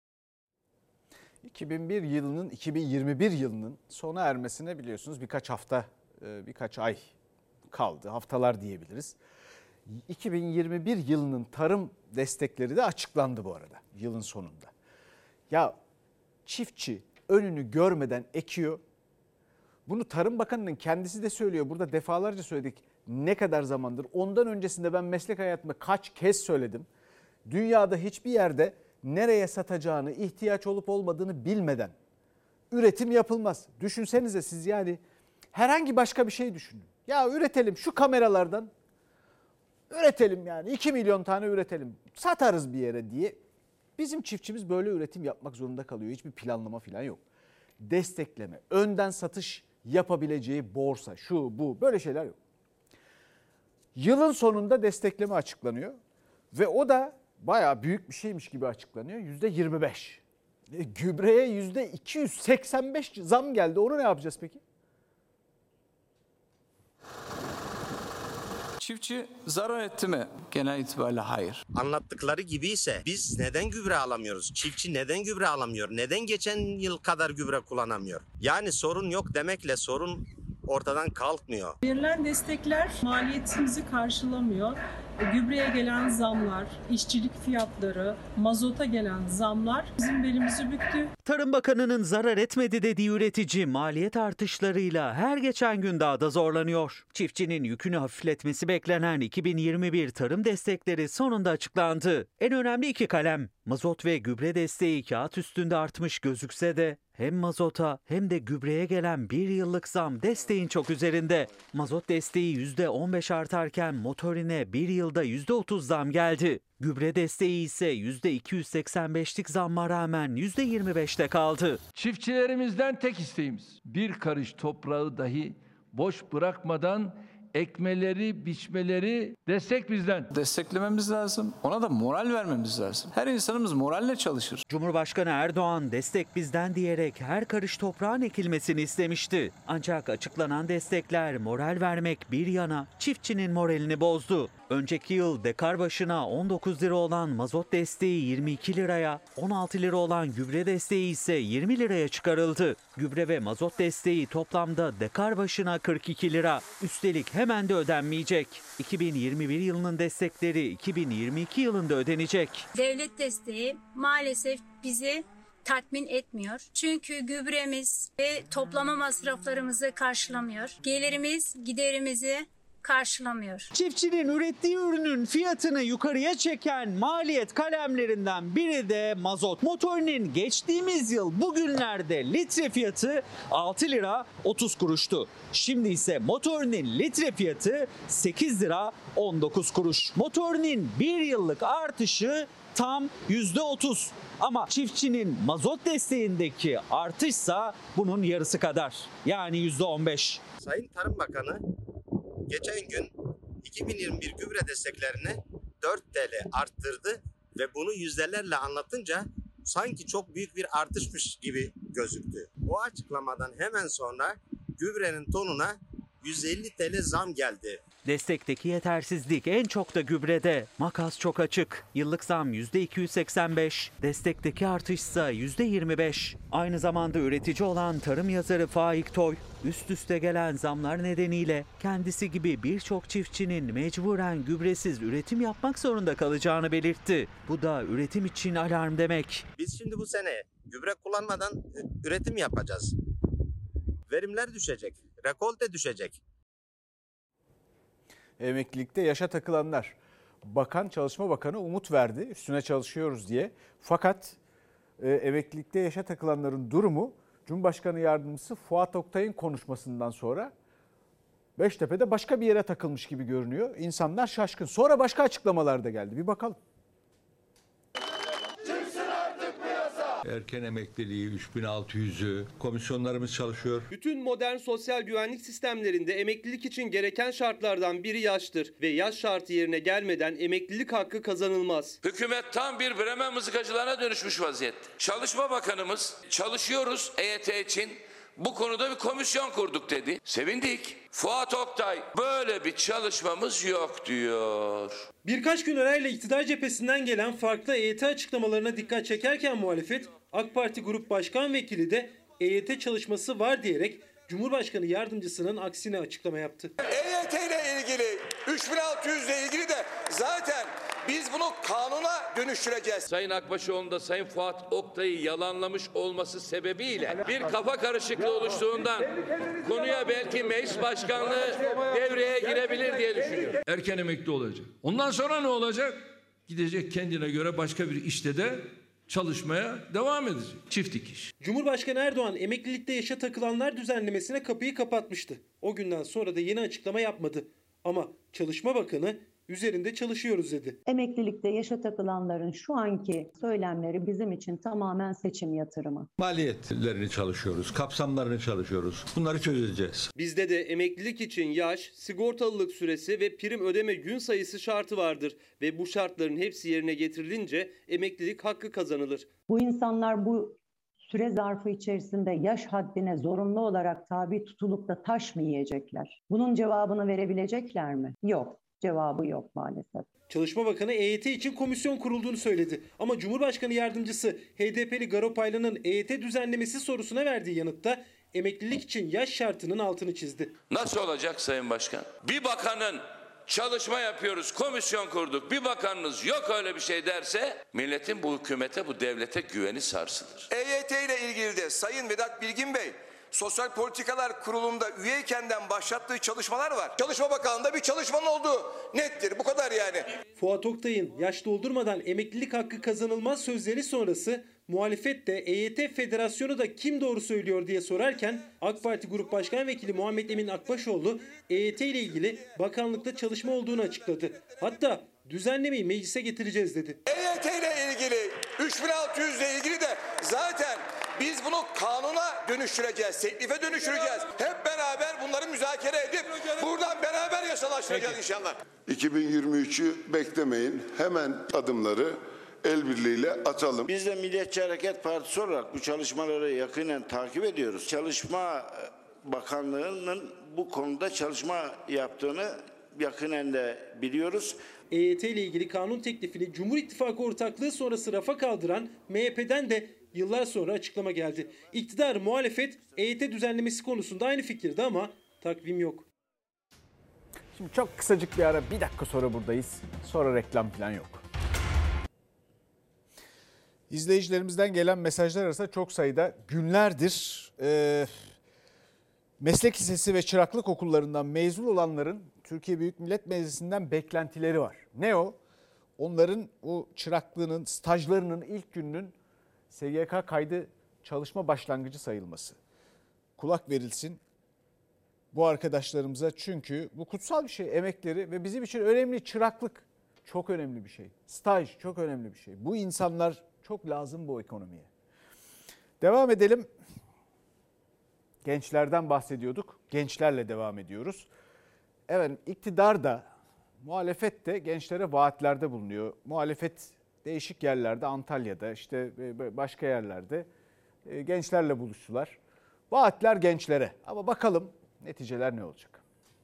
2021 yılının sona ermesine biliyorsunuz birkaç hafta, birkaç ay kaldı. Haftalar diyebiliriz. 2021 yılının tarım destekleri de açıklandı bu arada yılın sonunda. Ya çiftçi önünü görmeden ekiyor. Bunu Tarım Bakanı'nın kendisi de söylüyor. Burada defalarca söyledik. Ne kadar zamandır? Ondan öncesinde ben meslek hayatımda kaç kez söyledim. Dünyada hiçbir yerde nereye satacağını, ihtiyaç olup olmadığını bilmeden üretim yapılmaz. Düşünsenize siz, yani herhangi başka bir şey düşünün. Ya üretelim şu kameralardan, üretelim yani 2 milyon tane üretelim, satarız bir yere diye. Bizim çiftçimiz böyle üretim yapmak zorunda kalıyor. Hiçbir planlama falan yok. Destekleme, önden satış yapabileceği borsa, şu bu, böyle şeyler yok. Yılın sonunda destekleme açıklanıyor ve o da bayağı büyük bir şeymiş gibi açıklanıyor. %25. Gübreye %285 zam geldi. Onu ne yapacağız peki? Çiftçi zarar etti mi? Genel itibariyle hayır. Anlattıkları gibi ise biz neden gübre alamıyoruz? Çiftçi neden gübre alamıyor? Neden geçen yıl kadar gübre kullanamıyor? Yani sorun yok demekle sorun ortadan kalkmıyor. Verilen destekler maliyetimizi karşılamıyor. Gübreye gelen zamlar, işçilik fiyatları, mazota gelen zamlar bizim belimizi büktü. Tarım Bakanı'nın zarar etmedi dediği üretici maliyet artışlarıyla her geçen gün daha da zorlanıyor. Çiftçinin yükünü hafifletmesi beklenen 2021 tarım destekleri sonunda açıklandı. En önemli iki kalem, mazot ve gübre desteği kağıt üstünde artmış gözükse de hem mazota hem de gübreye gelen bir yıllık zam desteğin çok üzerinde. Mazot desteği %15 artarken motorine bir yılda %30 zam geldi. Gübre desteği ise %285'lik zamma rağmen %25'te kaldı. Çiftçilerimizden tek isteğimiz bir karış toprağı dahi boş bırakmadan ekmeleri, biçmeleri destek bizden. Desteklememiz lazım. Ona da moral vermemiz lazım. Her insanımız moralle çalışır. Cumhurbaşkanı Erdoğan destek bizden diyerek her karış toprağın ekilmesini istemişti. Ancak açıklanan destekler moral vermek bir yana çiftçinin moralini bozdu. Önceki yıl dekar başına 19 lira olan mazot desteği 22 liraya, 16 lira olan gübre desteği ise 20 liraya çıkarıldı. Gübre ve mazot desteği toplamda dekar başına 42 lira. Üstelik hemen de ödenmeyecek. 2021 yılının destekleri 2022 yılında ödenecek. Devlet desteği maalesef bizi tatmin etmiyor. Çünkü gübremiz ve toplama masraflarımızı karşılamıyor. Gelirimiz giderimizi karşılamıyor. Çiftçinin ürettiği ürünün fiyatını yukarıya çeken maliyet kalemlerinden biri de mazot. Motorinin geçtiğimiz yıl bugünlerde litre fiyatı 6 lira 30 kuruştu. Şimdi ise motorinin litre fiyatı 8 lira 19 kuruş. Motorinin bir yıllık artışı tam %30. Ama çiftçinin mazot desteğindeki artışsa bunun yarısı kadar. Yani %15. Sayın Tarım Bakanı geçen gün 2021 gübre desteklerini 4 TL arttırdı ve bunu yüzdelerle anlatınca sanki çok büyük bir artışmış gibi gözüktü. O açıklamadan hemen sonra gübrenin tonuna 150 TL zam geldi. Destekteki yetersizlik en çok da gübrede. Makas çok açık. Yıllık zam %285, destekteki artışsa %25. Aynı zamanda üretici olan tarım yazarı Faik Toy, üst üste gelen zamlar nedeniyle kendisi gibi birçok çiftçinin mecburen gübresiz üretim yapmak zorunda kalacağını belirtti. Bu da üretim için alarm demek. Biz şimdi bu sene gübre kullanmadan üretim yapacağız. Verimler düşecek, rekolte düşecek. Emeklilikte yaşa takılanlar. Çalışma Bakanı umut verdi üstüne çalışıyoruz diye. Fakat emeklilikte yaşa takılanların durumu Cumhurbaşkanı Yardımcısı Fuat Oktay'ın konuşmasından sonra Beştepe'de başka bir yere takılmış gibi görünüyor. İnsanlar şaşkın. Sonra başka açıklamalar da geldi. Bir bakalım. Erken emekliliği 3600'ü, komisyonlarımız çalışıyor. Bütün modern sosyal güvenlik sistemlerinde emeklilik için gereken şartlardan biri yaştır ve yaş şartı yerine gelmeden emeklilik hakkı kazanılmaz. Hükümet tam bir Bremen mızıkacılarına dönüşmüş vaziyette. Çalışma Bakanımız çalışıyoruz EYT için. Bu konuda bir komisyon kurduk dedi. Sevindik. Fuat Oktay böyle bir çalışmamız yok diyor. Birkaç gün arayla iktidar cephesinden gelen farklı EYT açıklamalarına dikkat çekerken muhalefet, AK Parti Grup Başkan Vekili de EYT çalışması var diyerek Cumhurbaşkanı Yardımcısının aksine açıklama yaptı. EYT ile ilgili 3600 ile ilgili de zaten biz bunu kanuna dönüştüreceğiz. Sayın Akbaşoğlu'nun da Sayın Fuat Oktay'ı yalanlamış olması sebebiyle bir kafa karışıklığı oluştuğundan konuya belki meclis başkanlığı devreye girebilir diye düşünüyorum. Erken emekli olacak. Ondan sonra ne olacak? Gidecek kendine göre başka bir işte de çalışmaya devam edecek. Çift dikiş. Cumhurbaşkanı Erdoğan emeklilikte yaşa takılanlar düzenlemesine kapıyı kapatmıştı. O günden sonra da yeni açıklama yapmadı. Ama Çalışma Bakanı üzerinde çalışıyoruz dedi. Emeklilikte yaşa takılanların şu anki söylemleri bizim için tamamen seçim yatırımı. Maliyetlerini çalışıyoruz, kapsamlarını çalışıyoruz. Bunları çözeceğiz. Bizde de emeklilik için yaş, sigortalılık süresi ve prim ödeme gün sayısı şartı vardır. Ve bu şartların hepsi yerine getirilince emeklilik hakkı kazanılır. Bu insanlar bu süre zarfı içerisinde yaş haddine zorunlu olarak tabi tutulup da taş mı yiyecekler? Bunun cevabını verebilecekler mi? Yok. Cevabı yok maalesef. Çalışma Bakanı EYT için komisyon kurulduğunu söyledi. Ama Cumhurbaşkanı Yardımcısı HDP'li Garo Paylan'ın EYT düzenlemesi sorusuna verdiği yanıtta emeklilik için yaş şartının altını çizdi. Nasıl olacak Sayın Başkan? Bir bakanın çalışma yapıyoruz, komisyon kurduk, bir bakanınız yok öyle bir şey derse milletin bu hükümete, bu devlete güveni sarsılır. EYT ile ilgili de Sayın Vedat Bilgin Bey Sosyal Politikalar Kurulu'nda üyeyken başlattığı çalışmalar var. Çalışma Bakanlığı'nda bir çalışmanın olduğu nettir. Bu kadar yani. Fuat Oktay'ın yaş doldurmadan emeklilik hakkı kazanılmaz sözleri sonrası muhalefet de EYT Federasyonu da kim doğru söylüyor diye sorarken AK Parti Grup Başkan Vekili Muhammed Emin Akbaşoğlu EYT ile ilgili bakanlıkta çalışma olduğunu açıkladı. Hatta düzenlemeyi meclise getireceğiz dedi. EYT ile ilgili 3600 ile ilgili de zaten biz bunu kanuna dönüştüreceğiz, teklife dönüştüreceğiz. Hep beraber bunları müzakere edip buradan beraber yasalaştıracağız inşallah. 2023'ü beklemeyin. Hemen adımları el birliğiyle atalım. Biz de Milliyetçi Hareket Partisi olarak bu çalışmaları yakinen takip ediyoruz. Çalışma Bakanlığı'nın bu konuda çalışma yaptığını yakinen de biliyoruz. EYT ile ilgili kanun teklifini Cumhur İttifakı ortaklığı sonrası rafa kaldıran MHP'den de yıllar sonra açıklama geldi. İktidar, muhalefet EYT düzenlemesi konusunda aynı fikirde ama takvim yok. Şimdi çok kısacık bir ara, bir dakika sonra buradayız. Sonra reklam falan yok. İzleyicilerimizden gelen mesajlar arasında çok sayıda günlerdir meslek lisesi ve çıraklık okullarından mezun olanların Türkiye Büyük Millet Meclisi'nden beklentileri var. Ne o? Onların o çıraklığının, stajlarının ilk gününün SGK kaydı çalışma başlangıcı sayılması. Kulak verilsin bu arkadaşlarımıza, çünkü bu kutsal bir şey, emekleri ve bizim için önemli. Çıraklık çok önemli bir şey. Staj çok önemli bir şey. Bu insanlar çok lazım bu ekonomiye. Devam edelim. Gençlerden bahsediyorduk. Gençlerle devam ediyoruz. Evet, iktidar da muhalefet de gençlere vaatlerde bulunuyor. Muhalefet değişik yerlerde, Antalya'da, işte başka yerlerde gençlerle buluştular. Vaatler gençlere. Ama bakalım neticeler ne olacak?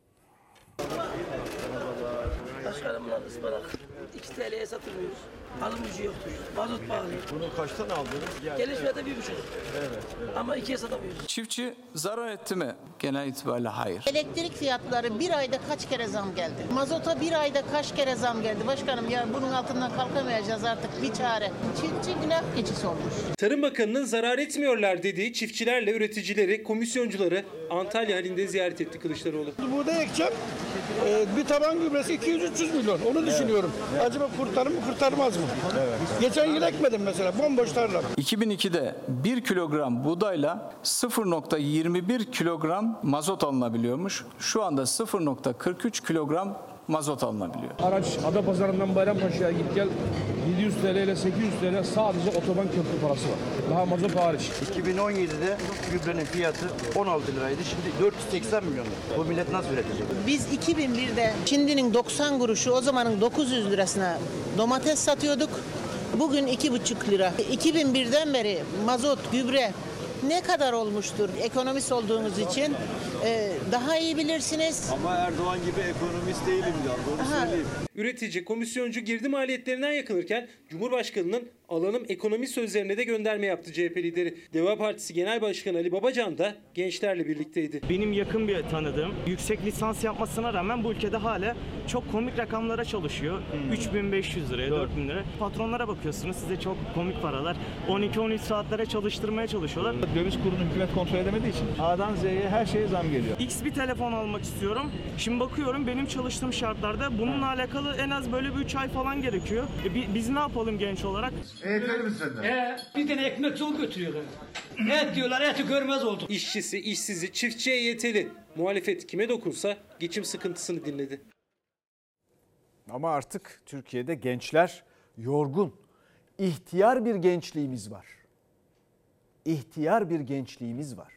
Başkanımla ıspanak 2 TL'ye satılmıyoruz. Alım gücü yoktur. Mazot pahalı. Bunu kaçtan aldınız? Gelişmede 1,5. Evet. Ama 2'ye satamıyoruz. Çiftçi zarar etti mi? Genel itibariyle hayır. Elektrik fiyatları bir ayda kaç kere zam geldi? Mazota bir ayda kaç kere zam geldi? Başkanım ya bunun altından kalkamayacağız artık, bir çare. Çiftçi günah keçisi olmuş. Tarım Bakanı'nın zarar etmiyorlar dediği çiftçilerle üreticileri, komisyoncuları Antalya halinde ziyaret etti Kılıçdaroğlu. Burada ekeceğim. Bir taban gübresi 200-300 milyon. Onu düşünüyorum. Acaba kurtarır mı kurtarmaz mı? Evet. Geçen yıl ekmedim mesela. Bomboş tarla. 2002'de 1 kilogram buğdayla 0,21 kilogram mazot alınabiliyormuş. Şu anda 0,43 kilogram mazot alınabiliyor. Araç Adapazarı'ndan Bayrampaşa'ya git gel 700 TL ile 800 TL sadece otoban köprü parası var. Daha mazot hariç. 2017'de gübrenin fiyatı 16 liraydı. Şimdi 480 milyon lira. Bu millet nasıl üretecek? Biz 2001'de şimdinin 90 kuruşu, o zamanın 900 lirasına domates satıyorduk. Bugün 2,5 lira. 2001'den beri mazot, gübre ne kadar olmuştur? Ekonomist olduğunuz için daha iyi bilirsiniz. Ama Erdoğan gibi ekonomist değilim ya. Doğru söyleyeyim. Üretici, komisyoncu girdi maliyetlerinden yakınırken Cumhurbaşkanı'nın alanım ekonomi sözlerine de gönderme yaptı CHP lideri. Deva Partisi Genel Başkanı Ali Babacan da gençlerle birlikteydi. Benim yakın bir tanıdığım yüksek lisans yapmasına rağmen bu ülkede hala çok komik rakamlara çalışıyor. 3.500 liraya, 4.000 liraya. Patronlara bakıyorsunuz, size çok komik paralar. 12-13 saatlere çalıştırmaya çalışıyorlar. Döviz kurunu hükümet kontrol edemediği için A'dan Z'ye her şeye zam geliyor. X bir telefon almak istiyorum. Şimdi bakıyorum benim çalıştığım şartlarda bununla alakalı en az böyle bir 3 ay falan gerekiyor. Biz ne yapalım genç olarak? Bir tane ekmek zor götürüyorlar. Et diyorlar, eti görmez olduk. İşçisi, işsizi, çiftçi EYT'li. Muhalefet kime dokunsa geçim sıkıntısını dinledi. Ama artık Türkiye'de gençler yorgun. İhtiyar bir gençliğimiz var. İhtiyar bir gençliğimiz var.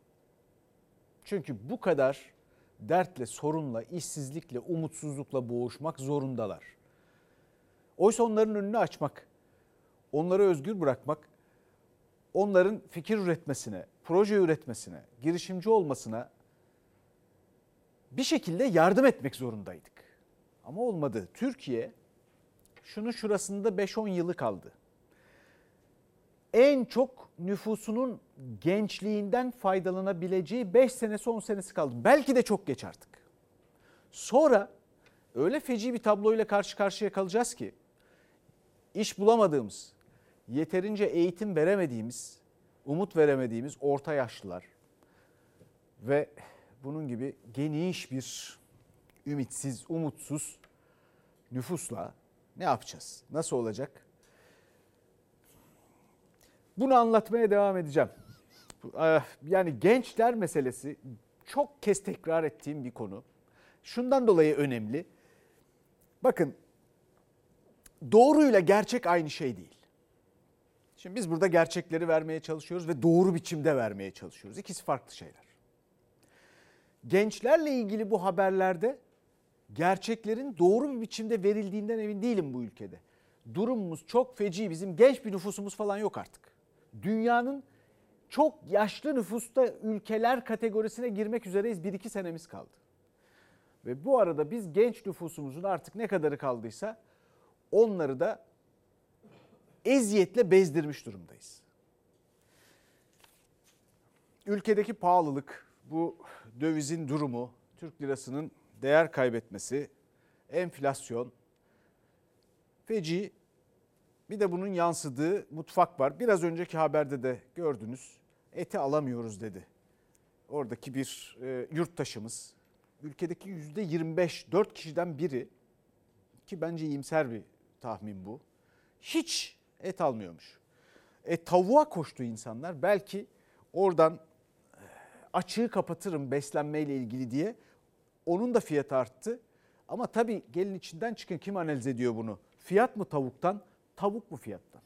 Çünkü bu kadar dertle, sorunla, işsizlikle, umutsuzlukla boğuşmak zorundalar. Oysa onların önünü açmak, onları özgür bırakmak, onların fikir üretmesine, proje üretmesine, girişimci olmasına bir şekilde yardım etmek zorundaydık. Ama olmadı. Türkiye şunun şurasında 5-10 yılı kaldı. en çok nüfusunun gençliğinden faydalanabileceği 5 senesi 10 senesi kaldı. Belki de çok geç artık. Sonra öyle feci bir tabloyla karşı karşıya kalacağız ki iş bulamadığımız, yeterince eğitim veremediğimiz, umut veremediğimiz orta yaşlılar ve bunun gibi geniş bir ümitsiz, umutsuz nüfusla ne yapacağız? Nasıl olacak? Bunu anlatmaya devam edeceğim. Yani gençler meselesi çok kez tekrar ettiğim bir konu. Şundan dolayı önemli. Bakın, doğruyla gerçek aynı şey değil. Şimdi biz burada gerçekleri vermeye çalışıyoruz ve doğru biçimde vermeye çalışıyoruz. İkisi farklı şeyler. Gençlerle ilgili bu haberlerde gerçeklerin doğru bir biçimde verildiğinden emin değilim bu ülkede. Durumumuz çok feci. Bizim genç bir nüfusumuz falan yok artık. Dünyanın çok yaşlı nüfusta ülkeler kategorisine girmek üzereyiz. 1-2 senemiz kaldı. Ve bu arada biz genç nüfusumuzun artık ne kadarı kaldıysa onları da eziyetle bezdirmiş durumdayız. Ülkedeki pahalılık, bu dövizin durumu, Türk lirasının değer kaybetmesi, enflasyon, feci. Bir de bunun yansıdığı mutfak var. Biraz önceki haberde de gördünüz. Eti alamıyoruz dedi. Oradaki bir yurttaşımız. Ülkedeki %25, 4 kişiden biri, ki bence iyimser bir tahmin bu, hiç et almıyormuş. Tavuğa koştu insanlar. Belki oradan açığı kapatırım beslenmeyle ilgili diye. Onun da fiyatı arttı. Ama tabii gelin içinden çıkın, kim analiz ediyor bunu? Fiyat mı tavuktan, tavuk mu fiyattan?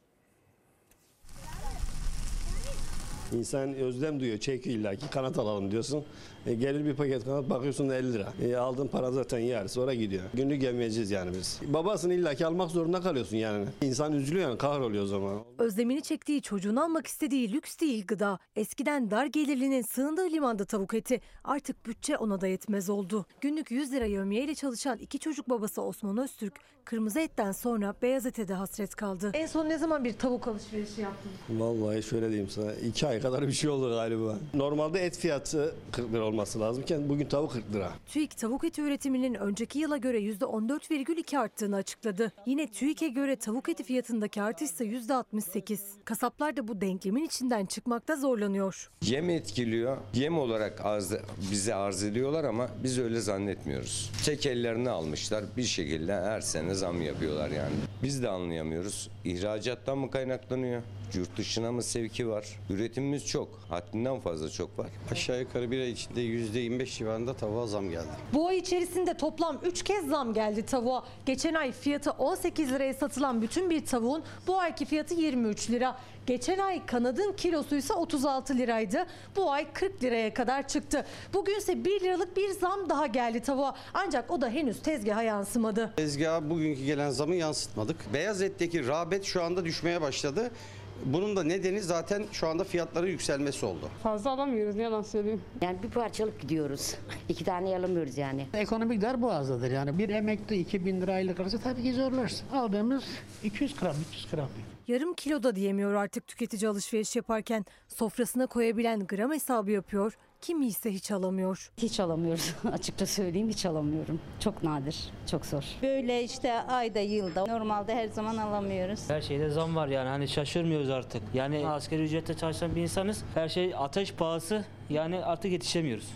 İnsan özlem duyuyor, çekiyor illaki, kanat alalım diyorsun. Gelir bir paket kanat, bakıyorsun 50 lira. Aldığın para zaten yer, sonra gidiyor. Günlük yemeyeceğiz yani biz. Babasını illaki almak zorunda kalıyorsun yani. İnsan üzülüyor yani, kahroluyor o zaman. Özlemini çektiği, çocuğunu almak istediği lüks değil gıda. Eskiden dar gelirlinin sığındığı limanda tavuk eti. Artık bütçe ona da yetmez oldu. Günlük 100 lira yevmiyeyle çalışan 2 çocuk babası Osman Öztürk, kırmızı etten sonra beyaz ete de hasret kaldı. En son ne zaman bir tavuk alışverişi yaptın? Vallahi şöyle diyeyim sana, 2 ay kadar bir şey oldu galiba. Normalde et fiyatı 40 lira olması lazımken bugün tavuk 40 lira. TÜİK tavuk eti üretiminin önceki yıla göre %14,2 arttığını açıkladı. Yine TÜİK'e göre tavuk eti fiyatındaki artış ise %68. Kasaplar da bu denklemin içinden çıkmakta zorlanıyor. Yem etkiliyor. Yem olarak bize arz ediyorlar ama biz öyle zannetmiyoruz. Tek ellerini almışlar, bir şekilde her sene zam yapıyorlar yani. Biz de anlayamıyoruz. İhracattan mı kaynaklanıyor? Yurt dışına mı sevki var? Üretimimiz çok. Haddinden fazla çok var. Aşağı yukarı bir ay içinde %25 civarında tavuğa zam geldi. Bu ay içerisinde toplam 3 kez zam geldi tavuğa. Geçen ay fiyatı 18 liraya satılan bütün bir tavuğun bu ayki fiyatı 23 lira. Geçen ay kanadın kilosu ise 36 liraydı. Bu ay 40 liraya kadar çıktı. Bugünse 1 liralık bir zam daha geldi tavuğa. Ancak o da henüz tezgaha yansımadı. Tezgaha bugünkü gelen zamı yansıtmadık. Beyaz etteki rağbet şu anda düşmeye başladı. Bunun da nedeni zaten şu anda fiyatların yükselmesi oldu. Fazla alamıyoruz, ne yalan söyleyeyim. Yani bir parçalık gidiyoruz. 2 tane alamıyoruz yani. Ekonomik dar boğazdadır yani. Bir emekli 2000 lira aylık alırsa tabii ki zorlarsın. Aldığımız 200 gram, 300 gram. Yarım kilo da diyemiyor artık tüketici alışveriş yaparken. Sofrasına koyabilen gram hesabı yapıyor. Kimi ise hiç alamıyor. Hiç alamıyoruz. Açıkça söyleyeyim, hiç alamıyorum. Çok nadir, çok zor. Böyle işte ayda, yılda normalde her zaman alamıyoruz. Her şeyde zam var yani, hani şaşırmıyoruz artık. Yani asgari ücretle çalışan bir insanız. Her şey ateş pahası, yani artık yetişemiyoruz.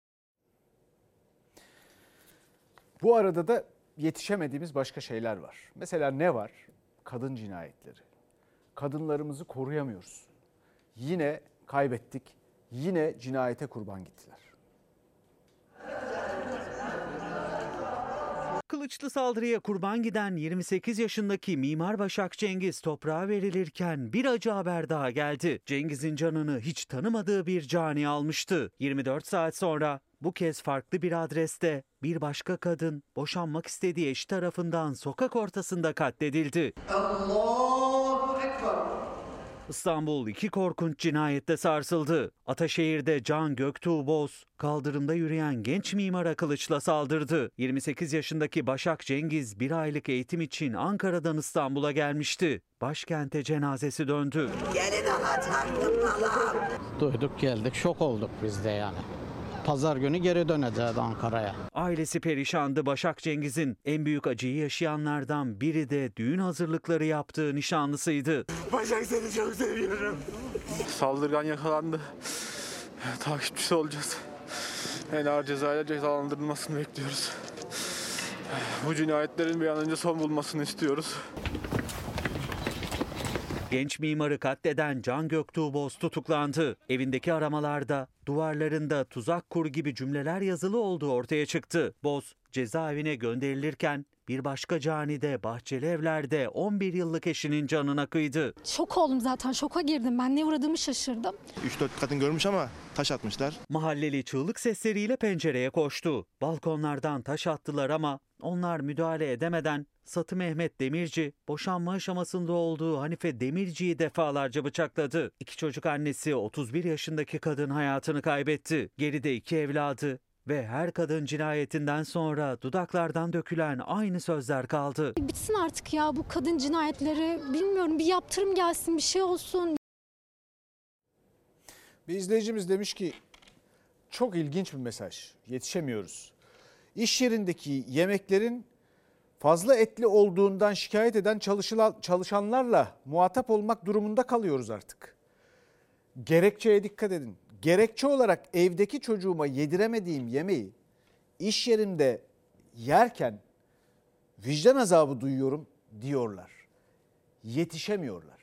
Bu arada da yetişemediğimiz başka şeyler var. Mesela ne var? Kadın cinayetleri. Kadınlarımızı koruyamıyoruz. Yine kaybettik. Yine cinayete kurban gittiler. Kılıçlı saldırıya kurban giden 28 yaşındaki mimar Başak Cengiz toprağa verilirken bir acı haber daha geldi. Cengiz'in canını hiç tanımadığı bir cani almıştı. 24 saat sonra bu kez farklı bir adreste bir başka kadın boşanmak istediği eşi tarafından sokak ortasında katledildi. Allahu Ekber. İstanbul iki korkunç cinayette sarsıldı. Ataşehir'de Can Göktuğ Boz kaldırımda yürüyen genç mimara kılıçla saldırdı. 28 yaşındaki Başak Cengiz bir aylık eğitim için Ankara'dan İstanbul'a gelmişti. Başkente cenazesi döndü. Gelin alacaktım falan. Duyduk geldik, şok olduk biz de yani. Pazar günü geri döneceğiz Ankara'ya. Ailesi perişandı. Başak Cengiz'in en büyük acıyı yaşayanlardan biri de düğün hazırlıkları yaptığı nişanlısıydı. Başak, seni çok seviyorum. Saldırgan yakalandı. Takipçisi olacağız. En ağır cezayla cezalandırılmasını bekliyoruz. Bu cinayetlerin bir an önce son bulmasını istiyoruz. Genç mimarı katleden Can Göktuğ Boz tutuklandı. Evindeki aramalarda duvarlarında tuzak kur gibi cümleler yazılı olduğu ortaya çıktı. Boz cezaevine gönderilirken bir başka cani de Bahçelievler'de 11 yıllık eşinin canına kıydı. Şok oldum zaten, şoka girdim. Ben ne uğradığımı şaşırdım. 3-4 kadın görmüş ama taş atmışlar. Mahalleli çığlık sesleriyle pencereye koştu. Balkonlardan taş attılar ama onlar müdahale edemeden Satı Mehmet Demirci, boşanma aşamasında olduğu Hanife Demirci'yi defalarca bıçakladı. 2 çocuk annesi 31 yaşındaki kadın hayatını kaybetti. Geride 2 evladı ve her kadın cinayetinden sonra dudaklardan dökülen aynı sözler kaldı. Bitsin artık ya bu kadın cinayetleri. Bilmiyorum, bir yaptırım gelsin, bir şey olsun. Bir izleyicimiz demiş ki çok ilginç bir mesaj. Yetişemiyoruz. İş yerindeki yemeklerin fazla etli olduğundan şikayet eden çalışanlarla muhatap olmak durumunda kalıyoruz artık. Gerekçeye dikkat edin. Gerekçe olarak evdeki çocuğuma yediremediğim yemeği iş yerimde yerken vicdan azabı duyuyorum diyorlar. Yetişemiyorlar.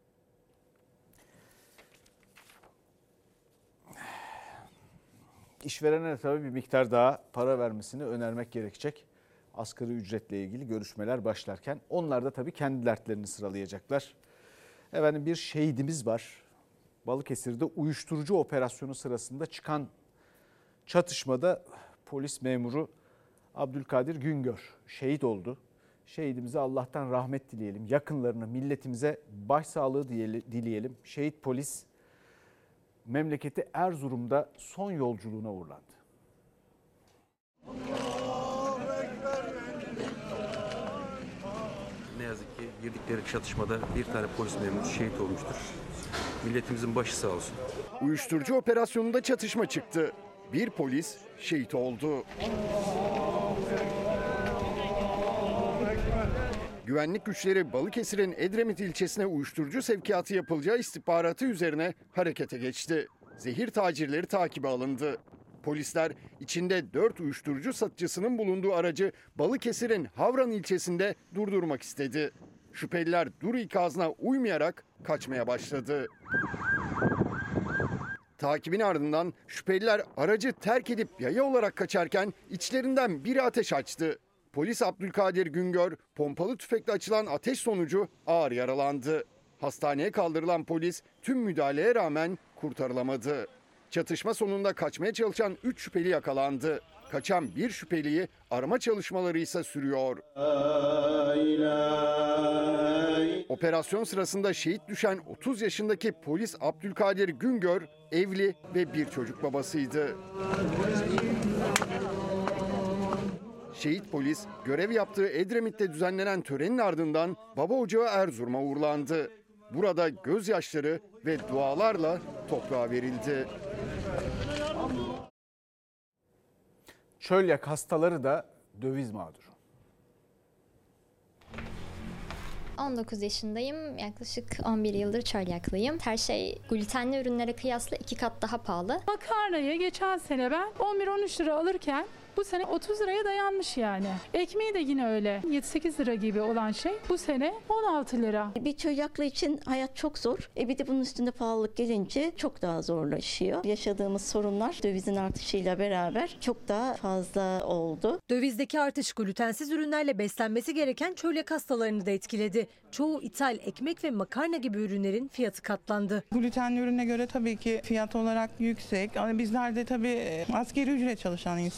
İşverene tabii bir miktar daha para vermesini önermek gerekecek. Asgari ücretle ilgili görüşmeler başlarken onlar da tabii kendi dertlerini sıralayacaklar. Efendim bir şehidimiz var. Balıkesir'de uyuşturucu operasyonu sırasında çıkan çatışmada polis memuru Abdülkadir Güngör şehit oldu. Şehidimize Allah'tan rahmet dileyelim. Yakınlarına, milletimize başsağlığı dileyelim. Şehit polis memleketi Erzurum'da son yolculuğuna uğurlandı. Ne yazık ki girdikleri çatışmada bir tane polis memuru şehit olmuştur. Milletimizin başı sağ olsun. Uyuşturucu operasyonunda çatışma çıktı. Bir polis şehit oldu. Güvenlik güçleri Balıkesir'in Edremit ilçesine uyuşturucu sevkiyatı yapılacağı istihbaratı üzerine harekete geçti. Zehir tacirleri takibe alındı. Polisler içinde 4 uyuşturucu satıcısının bulunduğu aracı Balıkesir'in Havran ilçesinde durdurmak istedi. Şüpheliler dur ikazına uymayarak kaçmaya başladı. Takibin ardından şüpheliler aracı terk edip yaya olarak kaçarken içlerinden biri ateş açtı. Polis Abdülkadir Güngör pompalı tüfekle açılan ateş sonucu ağır yaralandı. Hastaneye kaldırılan polis tüm müdahaleye rağmen kurtarılamadı. Çatışma sonunda kaçmaya çalışan 3 şüpheli yakalandı. Kaçan bir şüpheliyi arama çalışmaları ise sürüyor. Operasyon sırasında şehit düşen 30 yaşındaki polis Abdülkadir Güngör evli ve bir çocuk babasıydı. Şehit polis görev yaptığı Edremit'te düzenlenen törenin ardından baba ocağı Erzurum'a uğurlandı. Burada gözyaşları ve dualarla toprağa verildi. Çölyak hastaları da döviz mağduru. 19 yaşındayım. Yaklaşık 11 yıldır çölyaklıyım. Her şey glutenli ürünlere kıyasla 2 kat daha pahalı. Makarnayı geçen sene ben 11-13 lira alırken bu sene 30 liraya dayanmış yani. Ekmeği de yine öyle. 7-8 lira gibi olan şey bu sene 16 lira. Bir çölyaklı için hayat çok zor. Bir de bunun üstünde pahalılık gelince çok daha zorlaşıyor. Yaşadığımız sorunlar dövizin artışıyla beraber çok daha fazla oldu. Dövizdeki artış glutensiz ürünlerle beslenmesi gereken çölyak hastalarını da etkiledi. Çoğu ithal ekmek ve makarna gibi ürünlerin fiyatı katlandı. Glutenli ürüne göre tabii ki fiyat olarak yüksek. Ama bizler de tabii asgari ücret çalışan insanlar.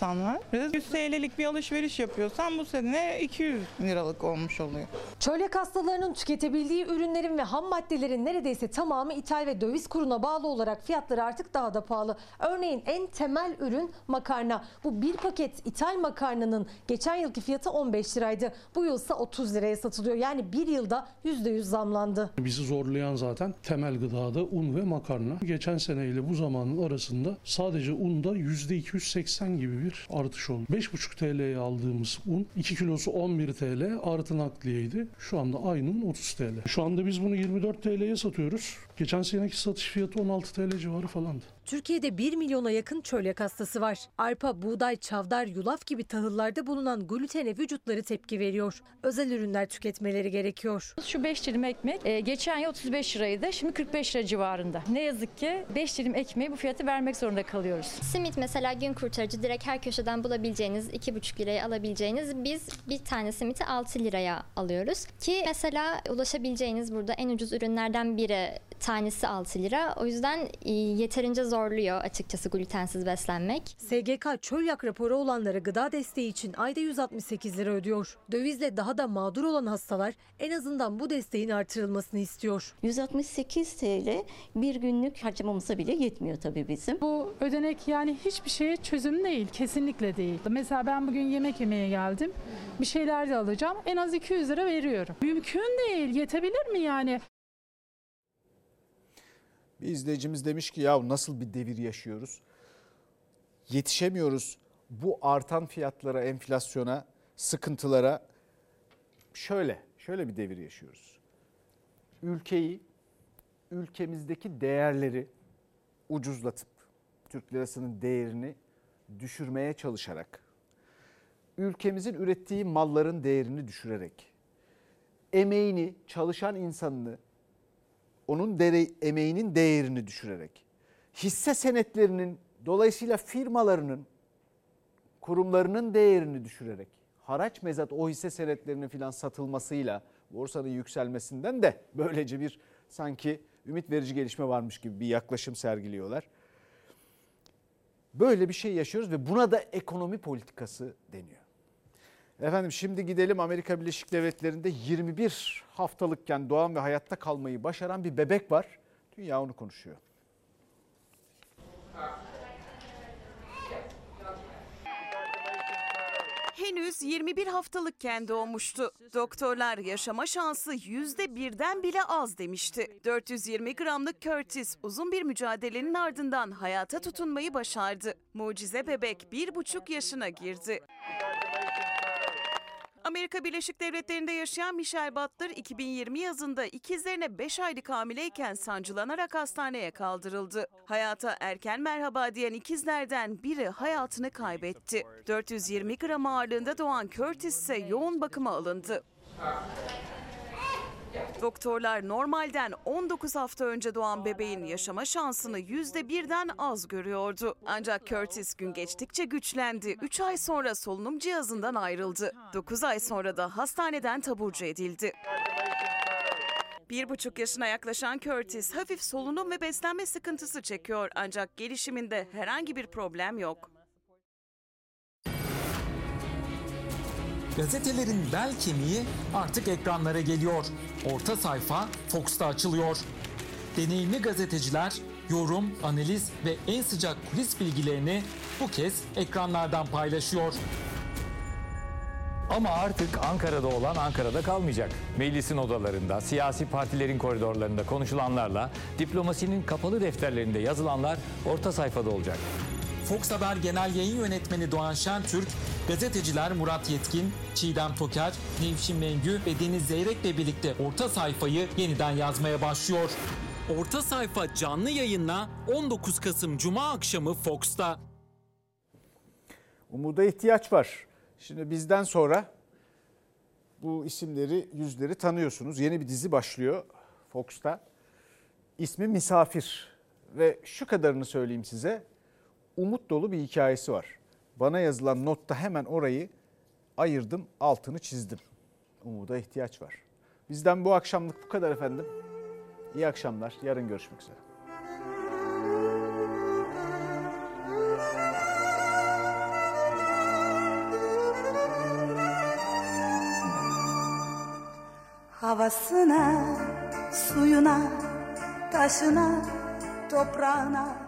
100 TL'lik bir alışveriş yapıyorsan bu sene 200 liralık olmuş oluyor. Çölyak hastalarının tüketebildiği ürünlerin ve ham maddelerin neredeyse tamamı ithal ve döviz kuruna bağlı olarak fiyatları artık daha da pahalı. Örneğin en temel ürün makarna. Bu bir paket ithal makarnanın geçen yılki fiyatı 15 liraydı. Bu yılsa 30 liraya satılıyor. Yani bir yılda %100 zamlandı. Bizi zorlayan zaten temel gıdada un ve makarna. Geçen seneyle bu zamanın arasında sadece unda %280 gibi bir artış oldu. 5,5 TL'ye aldığımız un 2 kilosu 11 TL artı nakliyeydi. Şu anda aynı un 30 TL. Şu anda biz bunu 24 TL'ye satıyoruz. Geçen seneki satış fiyatı 16 TL civarı falandı. Türkiye'de 1 milyona yakın çölyak hastası var. Arpa, buğday, çavdar, yulaf gibi tahıllarda bulunan glutene vücutları tepki veriyor. Özel ürünler tüketmeleri gerekiyor. Şu 5 dilim ekmek geçen yıl 35 liraydı. Şimdi 45 lira civarında. Ne yazık ki 5 dilim ekmeği bu fiyatı vermek zorunda kalıyoruz. Simit mesela gün kurtarıcı, direkt her köşeden bulabileceğiniz, 2,5 liraya alabileceğiniz, biz bir tane simiti 6 liraya alıyoruz. Ki mesela ulaşabileceğiniz burada en ucuz ürünlerden biri, tanesi 6 lira. O yüzden yeterince zorluyor açıkçası glutensiz beslenmek. SGK çölyak raporu olanlara gıda desteği için ayda 168 lira ödüyor. Dövizle daha da mağdur olan hastalar en azından bu desteğin artırılmasını istiyor. 168 TL bir günlük harcamamıza bile yetmiyor tabii bizim. Bu ödenek yani hiçbir şeye çözüm değil, kesinlikle değil. Mesela ben bugün yemek yemeye geldim. Bir şeyler de alacağım. En az 200 lira veriyorum. Mümkün değil. Yetebilir mi yani? Bir izleyicimiz demiş ki ya nasıl bir devir yaşıyoruz? Yetişemiyoruz bu artan fiyatlara, enflasyona, sıkıntılara. Şöyle bir devir yaşıyoruz. Ülkemizdeki değerleri ucuzlatıp Türk lirasının değerini düşürmeye çalışarak, ülkemizin ürettiği malların değerini düşürerek, emeğini, çalışan insanını, onun emeğinin değerini düşürerek, hisse senetlerinin, dolayısıyla firmalarının, kurumlarının değerini düşürerek, haraç mezat o hisse senetlerinin filan satılmasıyla borsanın yükselmesinden de böylece bir sanki ümit verici gelişme varmış gibi bir yaklaşım sergiliyorlar. Böyle bir şey yaşıyoruz ve buna da ekonomi politikası deniyor. Efendim şimdi gidelim Amerika Birleşik Devletleri'nde 21 haftalıkken doğan ve hayatta kalmayı başaran bir bebek var. Dünya onu konuşuyor. Henüz 21 haftalıkken doğmuştu. Doktorlar yaşama şansı %1'den bile az demişti. 420 gramlık Curtis uzun bir mücadelenin ardından hayata tutunmayı başardı. Mucize bebek 1,5 yaşına girdi. Amerika Birleşik Devletleri'nde yaşayan Michelle Butler 2020 yazında ikizlerine 5 aylık hamileyken sancılanarak hastaneye kaldırıldı. Hayata erken merhaba diyen ikizlerden biri hayatını kaybetti. 420 gram ağırlığında doğan Curtis ise yoğun bakıma alındı. Doktorlar normalden 19 hafta önce doğan bebeğin yaşama şansını %1'den az görüyordu. Ancak Curtis gün geçtikçe güçlendi. 3 ay sonra solunum cihazından ayrıldı. 9 ay sonra da hastaneden taburcu edildi. 1,5 yaşına yaklaşan Curtis hafif solunum ve beslenme sıkıntısı çekiyor. Ancak gelişiminde herhangi bir problem yok. Gazetelerin bel kemiği artık ekranlara geliyor. Orta sayfa Fox'ta açılıyor. Deneyimli gazeteciler yorum, analiz ve en sıcak kulis bilgilerini bu kez ekranlardan paylaşıyor. Ama artık Ankara'da olan Ankara'da kalmayacak. Meclisin odalarında, siyasi partilerin koridorlarında konuşulanlarla, diplomasinin kapalı defterlerinde yazılanlar orta sayfada olacak. Fox Haber Genel Yayın Yönetmeni Doğan Şentürk, gazeteciler Murat Yetkin, Çiğdem Toker, Nevşin Mengü ve Deniz Zeyrek'le birlikte orta sayfayı yeniden yazmaya başlıyor. Orta sayfa canlı yayınla 19 Kasım Cuma akşamı Fox'ta. Umuda ihtiyaç var. Şimdi bizden sonra bu isimleri, yüzleri tanıyorsunuz. Yeni bir dizi başlıyor Fox'ta. İsmi Misafir ve şu kadarını söyleyeyim size. Umut dolu bir hikayesi var. Bana yazılan notta hemen orayı ayırdım, altını çizdim. Umuda ihtiyaç var. Bizden bu akşamlık bu kadar efendim. İyi akşamlar. Yarın görüşmek üzere. Havasına, suyuna, taşına, toprağına